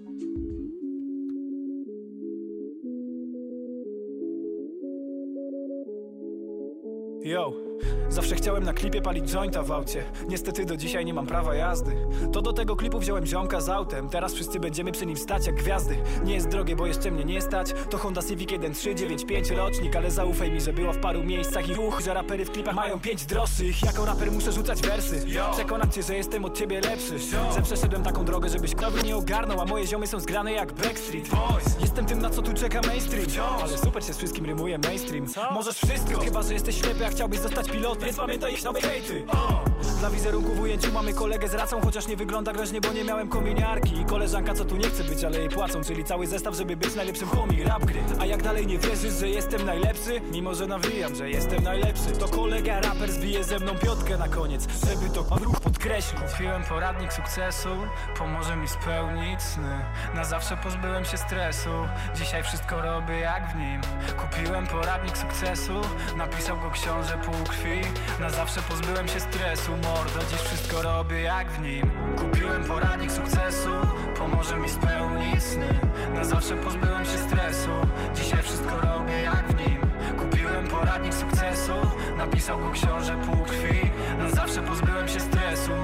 Yo, zawsze chciałem na klipie palić jointa w aucie. Niestety do dzisiaj nie mam prawa jazdy. To do tego klipu wziąłem ziomka z autem. Teraz wszyscy będziemy przy nim stać jak gwiazdy. Nie jest drogie, bo jeszcze mnie nie stać. To Honda Civic jeden trzy dziewięć pięć rocznik. Ale zaufaj mi, że była w paru miejscach i ruch, że rapery w klipach mają pięć droższych. Jako raper muszę rzucać wersy. Przekonam cię, że jestem od ciebie lepszy. Że przeszedłem taką drogę, żebyś krowy nie ogarnął. A moje ziomy są zgrane jak Backstreet Boys. Jestem tym, na co tu czeka mainstream. Ale super się z wszystkim rymuje mainstream. Możesz wszystko, chyba że jesteś ślepy, a chciałbyś zostać pilotem. Więc pamiętaj iść na hejty. Dla wizerunku w ujęciu mamy kolegę z racą, chociaż nie wygląda groźnie, bo nie miałem kominiarki. I koleżanka, co tu nie chce być, ale jej płacą. Czyli cały zestaw, żeby być najlepszym homie rap gry. A jak dalej nie wierzysz, że jestem najlepszy, mimo że nawijam, że jestem najlepszy, to kolega raper zbije ze mną piątkę na koniec, żeby to ruch podkreślić. Kupiłem poradnik sukcesu, pomoże mi spełnić sny. Na zawsze pozbyłem się stresu, dzisiaj wszystko robię jak w nim. Kupiłem poradnik sukcesu, napisał go książę półkrwi. Na zawsze pozbyłem się stresu, mordo, dziś wszystko robię jak w nim. Kupiłem poradnik sukcesu, pomoże mi spełnić sny. Na zawsze pozbyłem się stresu, dzisiaj wszystko robię jak w nim. Kupiłem poradnik sukcesu, napisał go książę półkrwi. Na zawsze pozbyłem się stresu, mordo, dziś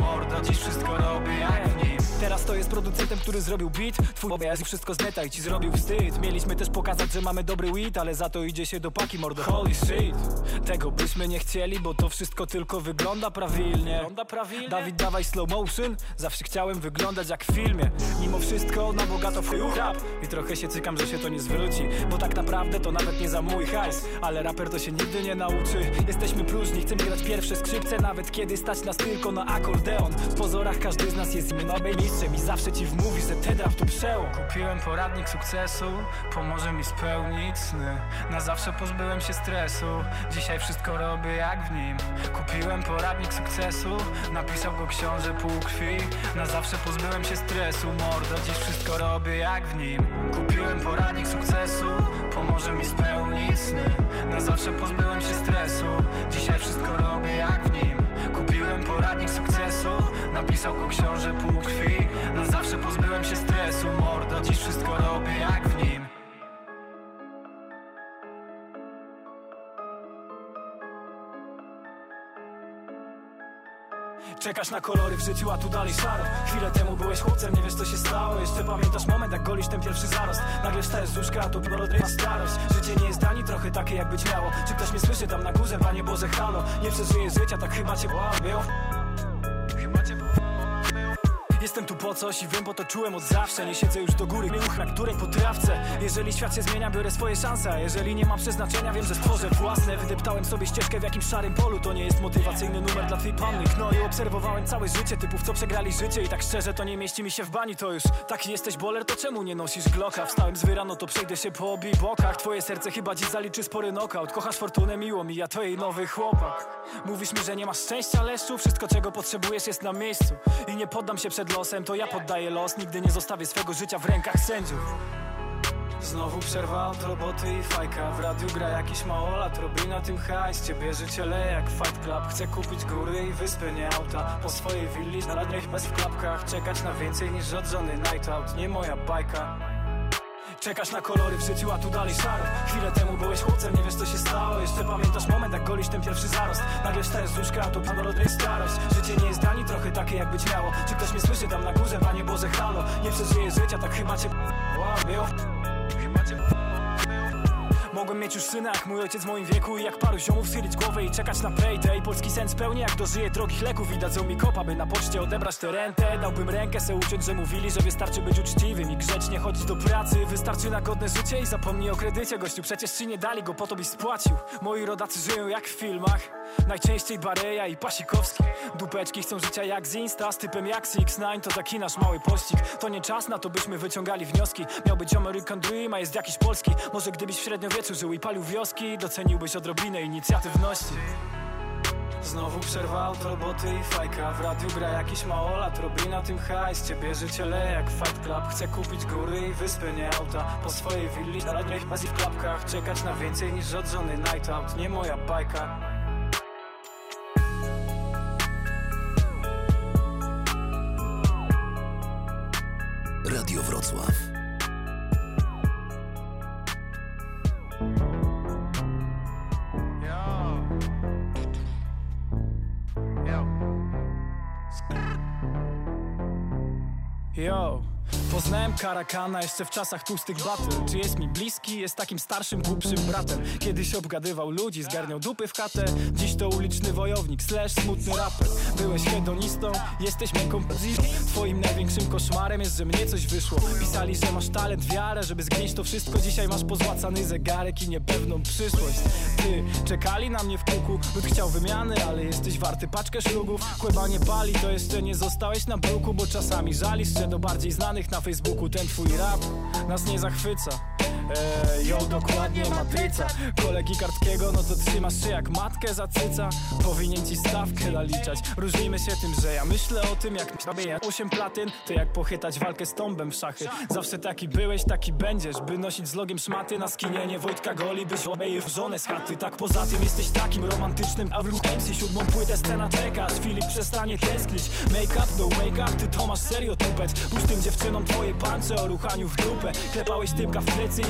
dziś wszystko robię jak w nim. Teraz to jest producentem, który zrobił beat. Twój obraz wszystko z neta i ci zrobił wstyd. Mieliśmy też pokazać, że mamy dobry weed, ale za to idzie się do paki, mordo. Holy shit, tego byśmy nie chcieli, bo to wszystko tylko wygląda prawilnie. Dawid, dawaj slow motion. Zawsze chciałem wyglądać jak w filmie. Mimo wszystko na bogato wchodził rap i trochę się cykam, że się to nie zwróci, bo tak naprawdę to nawet nie za mój hajs. Ale raper to się nigdy nie nauczy. Jesteśmy próżni, chcemy grać pierwsze skrzypce, nawet kiedy stać nas tylko na akordeon. W pozorach każdy z nas jest imenowej mistrzem i zawsze ci wmówi, że ten rap to przełom. Kupiłem poradnik sukcesu, pomoże mi spełnić sny. Na zawsze pozbyłem się stresu, dzisiaj wszystko robię jak w nim. Kupiłem poradnik sukcesu, napisał go książę półkrwi. Na zawsze pozbyłem się stresu, mordo, dziś wszystko robię jak w nim. Kupiłem poradnik sukcesu, pomoże mi spełnić sny. Na zawsze pozbyłem się stresu, dzisiaj wszystko robię jak w nim. Kupiłem poradnik sukcesu, napisał go książę półkrwi. Na zawsze pozbyłem się stresu, mordo, dziś wszystko robię jak w nim. Czekasz na kolory w życiu, a tu dalej szaro. Chwilę temu byłeś chłopcem, nie wiesz co się stało. Jeszcze pamiętasz moment, jak golisz ten pierwszy zarost. Nagle wstajesz z łóżka, a tu na starość. Życie nie jest ani trochę takie jak być miało. Czy ktoś mnie słyszy tam na górze, Panie Boże, halo. Nie przeżyję życia, tak chyba cię było. Chyba cię było. Jestem tu po coś i wiem, bo to czułem od zawsze. Nie siedzę już do góry, uch na której po trawce. Jeżeli świat się zmienia, biorę swoje szanse. A jeżeli nie ma przeznaczenia, wiem, że stworzę własne. Wydeptałem sobie ścieżkę w jakimś szarym polu. To nie jest motywacyjny numer dla twojej panny. No i obserwowałem całe życie typów, co przegrali życie. I tak szczerze, to nie mieści mi się w bani. To już taki jesteś boler, to czemu nie nosisz glocka? Wstałem z wyrano, to przejdę się po obi bokach. Twoje serce chyba dziś zaliczy spory knockout. Kochasz fortunę, miło mi, ja to jej nowy chłopak. Mówisz mi, że nie masz szczęścia, leszczu. Wszystko, czego potrzebujesz, jest na miejscu. I nie poddam się przed losem, to ja poddaję los. Nigdy nie zostawię swego życia w rękach sędziów. Znowu przerwa od roboty i fajka. W radiu gra jakiś małolat, robi na tym hajs. Ciebie życie leje jak Fight Club. Chcę kupić góry i wyspy, nie auta. Po swojej willi, na ladniach bez w klapkach. Czekać na więcej niż od żony night out, nie moja bajka. Czekasz na kolory w życiu, a tu dalej szaro. Chwilę temu byłeś chłopcem, nie wiesz co się stało. Jeszcze pamiętasz moment, jak golisz ten pierwszy zarost. Nagle wstajesz z łóżka, a tu panolodrej starość. Życie nie jest ani trochę takie jak być miało. Czy ktoś mnie słyszy tam na górze, Panie Boże, halo. Nie przeżyję życia, tak chyba cię wow, chyba cię Mogłem mieć już syna jak mój ojciec w moim wieku. I jak paru ziomów schylić głowę i czekać na payday. Polski sen spełni jak dożyję drogich leków. I dadzą mi kopa, by na poczcie odebrać tę rentę. Dałbym rękę se uciąć, że mówili, że wystarczy być uczciwym i grzecznie chodzić do pracy. Wystarczy na godne życie i zapomnij o kredycie. Gościu, przecież ci nie dali go po to, byś spłacił. Moi rodacy żyją jak w filmach. Najczęściej Bareja i Pasikowski. Dupeczki chcą życia jak z Insta. Z typem jak six nine, to zakinasz mały pościg. To nie czas na to, byśmy wyciągali wnioski. Miał być American Dream, a jest jakiś polski. Może gdybyś w średniowieczu żył i palił wioski, doceniłbyś odrobinę inicjatywności. Znowu przerwa od roboty i fajka. W radiu gra jakiś małolat, robi na tym hajs. Ciebie życie leje jak Fight Club. Chcę kupić góry i wyspy, nie auta. Po swojej willi, na ladniach bez w klapkach. Czekać na więcej niż od żony night out, nie moja bajka. Radio Wrocław. Yo, poznałem Karakana jeszcze w czasach tłustych battle. Czy jest mi bliski? Jest takim starszym, głupszym bratem. Kiedyś obgadywał ludzi, zgarniał dupy w chatę. Dziś to uliczny wojownik, slash smutny raper. Byłeś hedonistą, jesteś miękką pozycją. Twoim największym koszmarem jest, że mnie coś wyszło. Pisali, że masz talent, wiarę, żeby zgnieść to wszystko. Dzisiaj masz pozłacany zegarek i niepewną przyszłość. Ty, czekali na mnie w kółku. Lud chciał wymiany, ale jesteś warty paczkę szlugów. Kłęba nie pali, to jeszcze nie zostałeś na bruku. Bo czasami żalisz, że do bardziej znanych na Facebooku ten twój rap nas nie zachwyca. Eee, ją dokładnie matryca. Kolegi Kartkiego, no to trzymasz się jak matkę za cyca. Powinien ci stawkę naliczać. Różnimy się tym, że ja myślę o tym, jak robię osiem platyn. To jak pochytać walkę z Tombem w szachy. Zawsze taki byłeś, taki będziesz. By nosić z logiem szmaty na skinienie Wojtka Goli. Byś obeje w żonę z chaty. Tak poza tym jesteś takim romantycznym. A w ruch M C siódmą płytę scena czekasz. Filip przestanie tęsknić. Make up, no wake up, ty to masz serio tupet. Puść tym dziewczynom twoje pancze o ruchaniu w dupę. Klepałeś typka w plecy i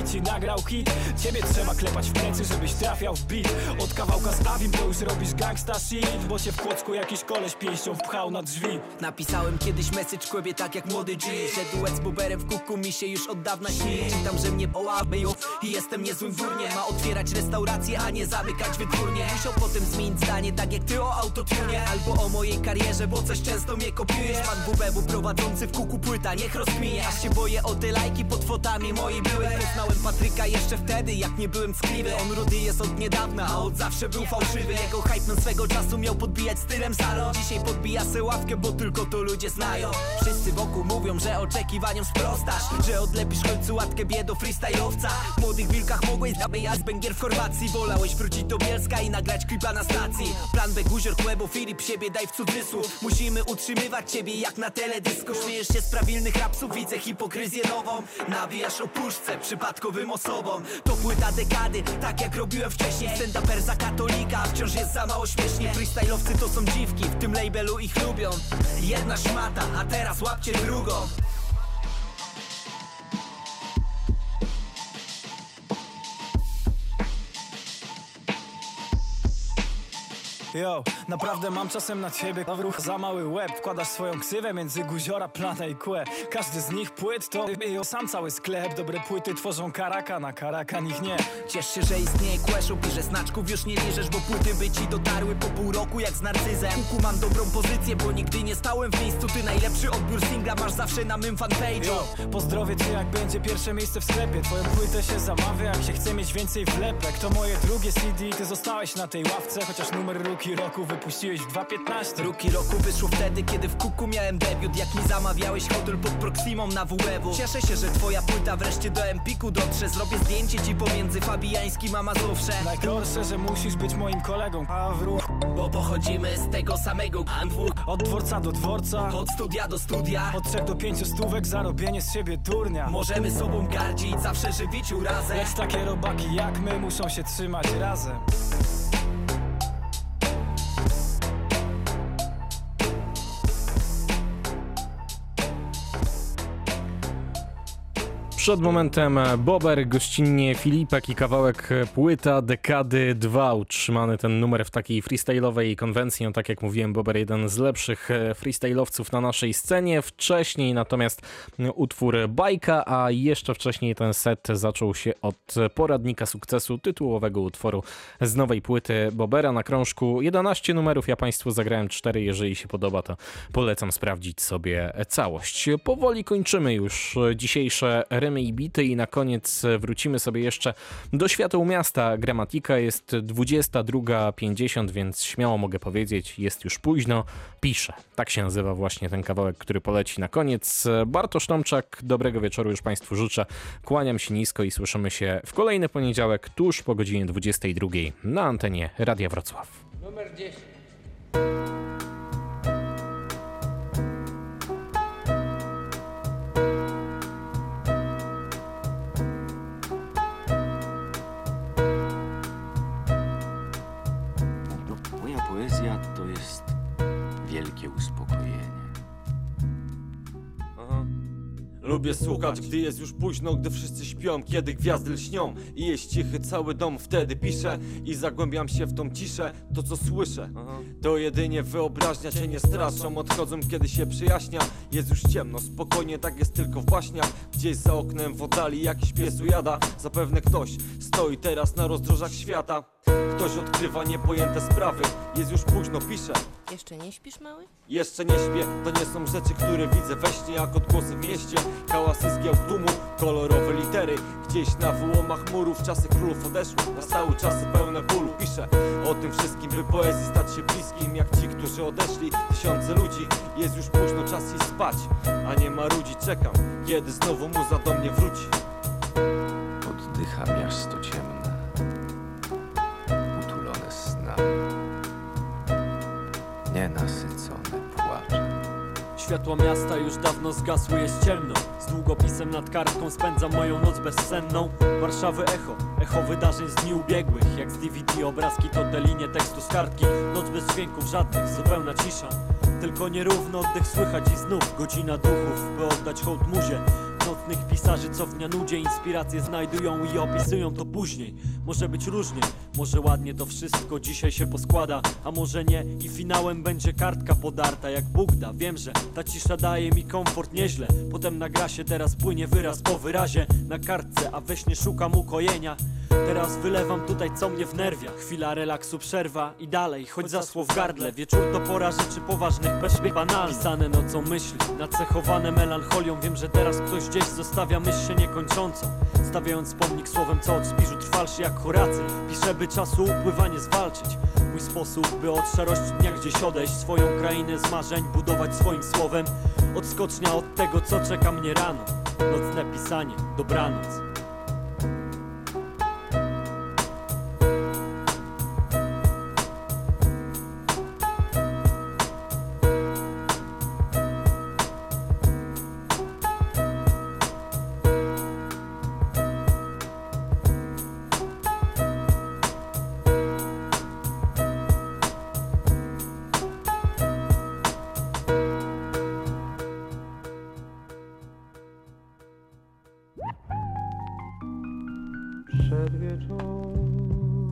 ci nagrał hit. Ciebie trzeba klepać w plecy, żebyś trafiał w beat. Od kawałka z Avim to już robisz gangsta shit, bo się w kłocku jakiś koleś pięścią wpchał na drzwi. Napisałem kiedyś message kłębie tak jak młody G, że duet z Boberem w kuku mi się już od dawna śni. Czytam, że mnie połabeją i jestem niezłym durniem. Ma otwierać restaurację, a nie zamykać wytwórnie. Musiał potem zmienić zdanie, tak jak ty o autotunie. Albo o mojej karierze, bo coś często mnie kopiujesz. Pan W B W prowadzący w kuku płyta, niech rozkminie. Aż się boję o te lajki pod fotami moi były. Poznałem Patryka jeszcze wtedy, jak nie byłem skliwy. On rudy jest od niedawna, a od zawsze był fałszywy. Jego hype swego czasu miał podbijać stylem salon. Dzisiaj podbija se ławkę, bo tylko to ludzie znają. Wszyscy wokół mówią, że oczekiwaniom sprostasz, że odlepisz w końcu łatkę biedo freestyle'owca. W młodych wilkach mogłeś zabijać bęgier w Chorwacji. Wolałeś wrócić do Bielska i nagrać klipa na stacji. Plan B, Guzior, Kłebo, Filip, siebie daj w cudzysłów. Musimy utrzymywać ciebie jak na teledysku. Śmiejesz się z prawilnych rapsów, widzę hipokryzję nową. Nawijasz o puszce przypadkowym osobom. To płyta dekady, tak jak robiłem wcześniej. Senda perza katolika, wciąż jest za mało śmiesznie. Freestyle'owcy to są dziwki, w tym labelu ich lubią. Jedna szmata, a teraz łapcie drugą. Yo, naprawdę mam czasem na ciebie ruch za mały łeb. Wkładasz swoją ksywę między Guziora, Plana i Kłe. Każdy z nich płyt to yo, sam cały sklep. Dobre płyty tworzą karaka, na karaka nich nie. Ciesz się, że istnieje Kłeszop i że znaczków już nie liżesz, bo płyty by ci dotarły po pół roku jak z narcyzem. Kuku, mam dobrą pozycję, bo nigdy nie stałem w miejscu. Ty najlepszy odbiór singla masz zawsze na mym fanpage'u. Pozdrowię cię, jak będzie pierwsze miejsce w sklepie. Twoją płytę się zamawia, jak się chce mieć więcej wlepek. To moje drugie C D, ty zostałeś na tej ławce. Chociaż numer Rookie Roku wypuściłeś w dwa piętnaście. Rookie Roku wyszło wtedy, kiedy w kuku miałem debiut. Jak mi zamawiałeś hotel pod Proximą na W W. Cieszę się, że twoja płyta wreszcie do Empiku dotrze. Zrobię zdjęcie ci pomiędzy Fabiańskim a Mazowsze. Najgorsze, że musisz być moim kolegą, a w ruch, bo pochodzimy z tego samego andwu. Od dworca do dworca, od studia do studia, od trzech do pięciu stówek za robienie z siebie durnia. Możemy sobą gardzić, zawsze żywiciu razem. Lecz takie robaki jak my muszą się trzymać razem. Przed momentem Bober, gościnnie Filipek i kawałek Płyta Dekady dwa. Utrzymany ten numer w takiej freestyle'owej konwencji. No tak jak mówiłem, Bober jeden z lepszych freestyle'owców na naszej scenie. Wcześniej natomiast utwór Bajka, a jeszcze wcześniej ten set zaczął się od poradnika sukcesu, tytułowego utworu z nowej płyty Bobera. Na krążku jedenaście numerów, ja Państwu zagrałem cztery. Jeżeli się podoba, to polecam sprawdzić sobie całość. Powoli kończymy już dzisiejsze rymy i bity i na koniec wrócimy sobie jeszcze do Świateł Miasta. Gramatika, jest dwudziesta druga pięćdziesiąt, więc śmiało mogę powiedzieć, jest już późno, piszę. Tak się nazywa właśnie ten kawałek, który poleci na koniec. Bartosz Tomczak, dobrego wieczoru już Państwu życzę. Kłaniam się nisko i słyszymy się w kolejny poniedziałek tuż po godzinie dwudziestej drugiej na antenie Radia Wrocław. Numer dziesięć. Moja poezja to jest wielkie uspokojenie. Aha. Lubię słuchać, gdy jest już późno, gdy wszyscy śpią, kiedy gwiazdy lśnią i jest cichy cały dom. Wtedy piszę i zagłębiam się w tą ciszę. To co słyszę, Aha. to jedynie wyobraźnia, cię nie straszą. Odchodzą kiedy się przyjaśnia. Jest już ciemno, spokojnie, tak jest tylko w baśniach. Gdzieś za oknem w oddali jakiś pies ujada. Zapewne ktoś stoi teraz na rozdrożach świata. Ktoś odkrywa niepojęte sprawy. Jest już późno, piszę. Jeszcze nie śpisz, mały? Jeszcze nie śpię, to nie są rzeczy, które widzę we śnie, jak odgłosy w mieście. Hałasy zgieł tłumu, kolorowe litery. Gdzieś na wyłomach murów czasy królów odeszły. Nastały czasy pełne bólu. Piszę o tym wszystkim, by poezji stać się bliskim. Jak ci, którzy odeszli, tysiące ludzi. Jest już późno, czas iść spać, a nie marudzić. Czekam, kiedy znowu muza do mnie wróci. Oddycha miasto ciemne, utulone snami, nienasycone płacze. Światła miasta już dawno zgasły, jest ciemno. Z długopisem nad kartką spędzam moją noc bezsenną. Warszawy echo, echo wydarzeń z dni ubiegłych. Jak z D V D obrazki to te linie tekstu z kartki. Noc bez dźwięków żadnych, zupełna cisza. Tylko nierówny oddech słychać i znów godzina duchów, by oddać hołd muzie. Noc Wybitnych pisarzy, co w dnia nudzie inspiracje znajdują i opisują to później. Może być różnie, może ładnie to wszystko dzisiaj się poskłada, a może nie i finałem będzie kartka podarta jak Bóg da. Wiem, że ta cisza daje mi komfort nieźle. Potem na grasie teraz płynie wyraz po wyrazie na kartce, a we śnie szukam ukojenia. Teraz wylewam tutaj co mnie wnerwia. Chwila relaksu, przerwa i dalej, choć zasło w gardle. Wieczór to pora rzeczy poważnych, perspektyw banalnych. Pisane nocą myśli, nacechowane melancholią. Wiem, że teraz ktoś gdzieś zostawia myśl się niekończącą, stawiając pomnik słowem, co od śpiżu trwalszy jak Horacy. Piszę, by czasu upływanie zwalczyć. Mój sposób, by od szarości dnia gdzieś odejść, swoją krainę z marzeń budować swoim słowem. Odskocznia od tego, co czeka mnie rano. Nocne pisanie, dobranoc.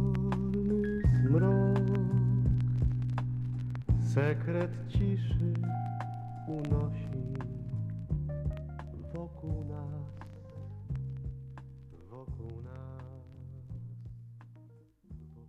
Przedwieczorny zmrok, sekret ciszy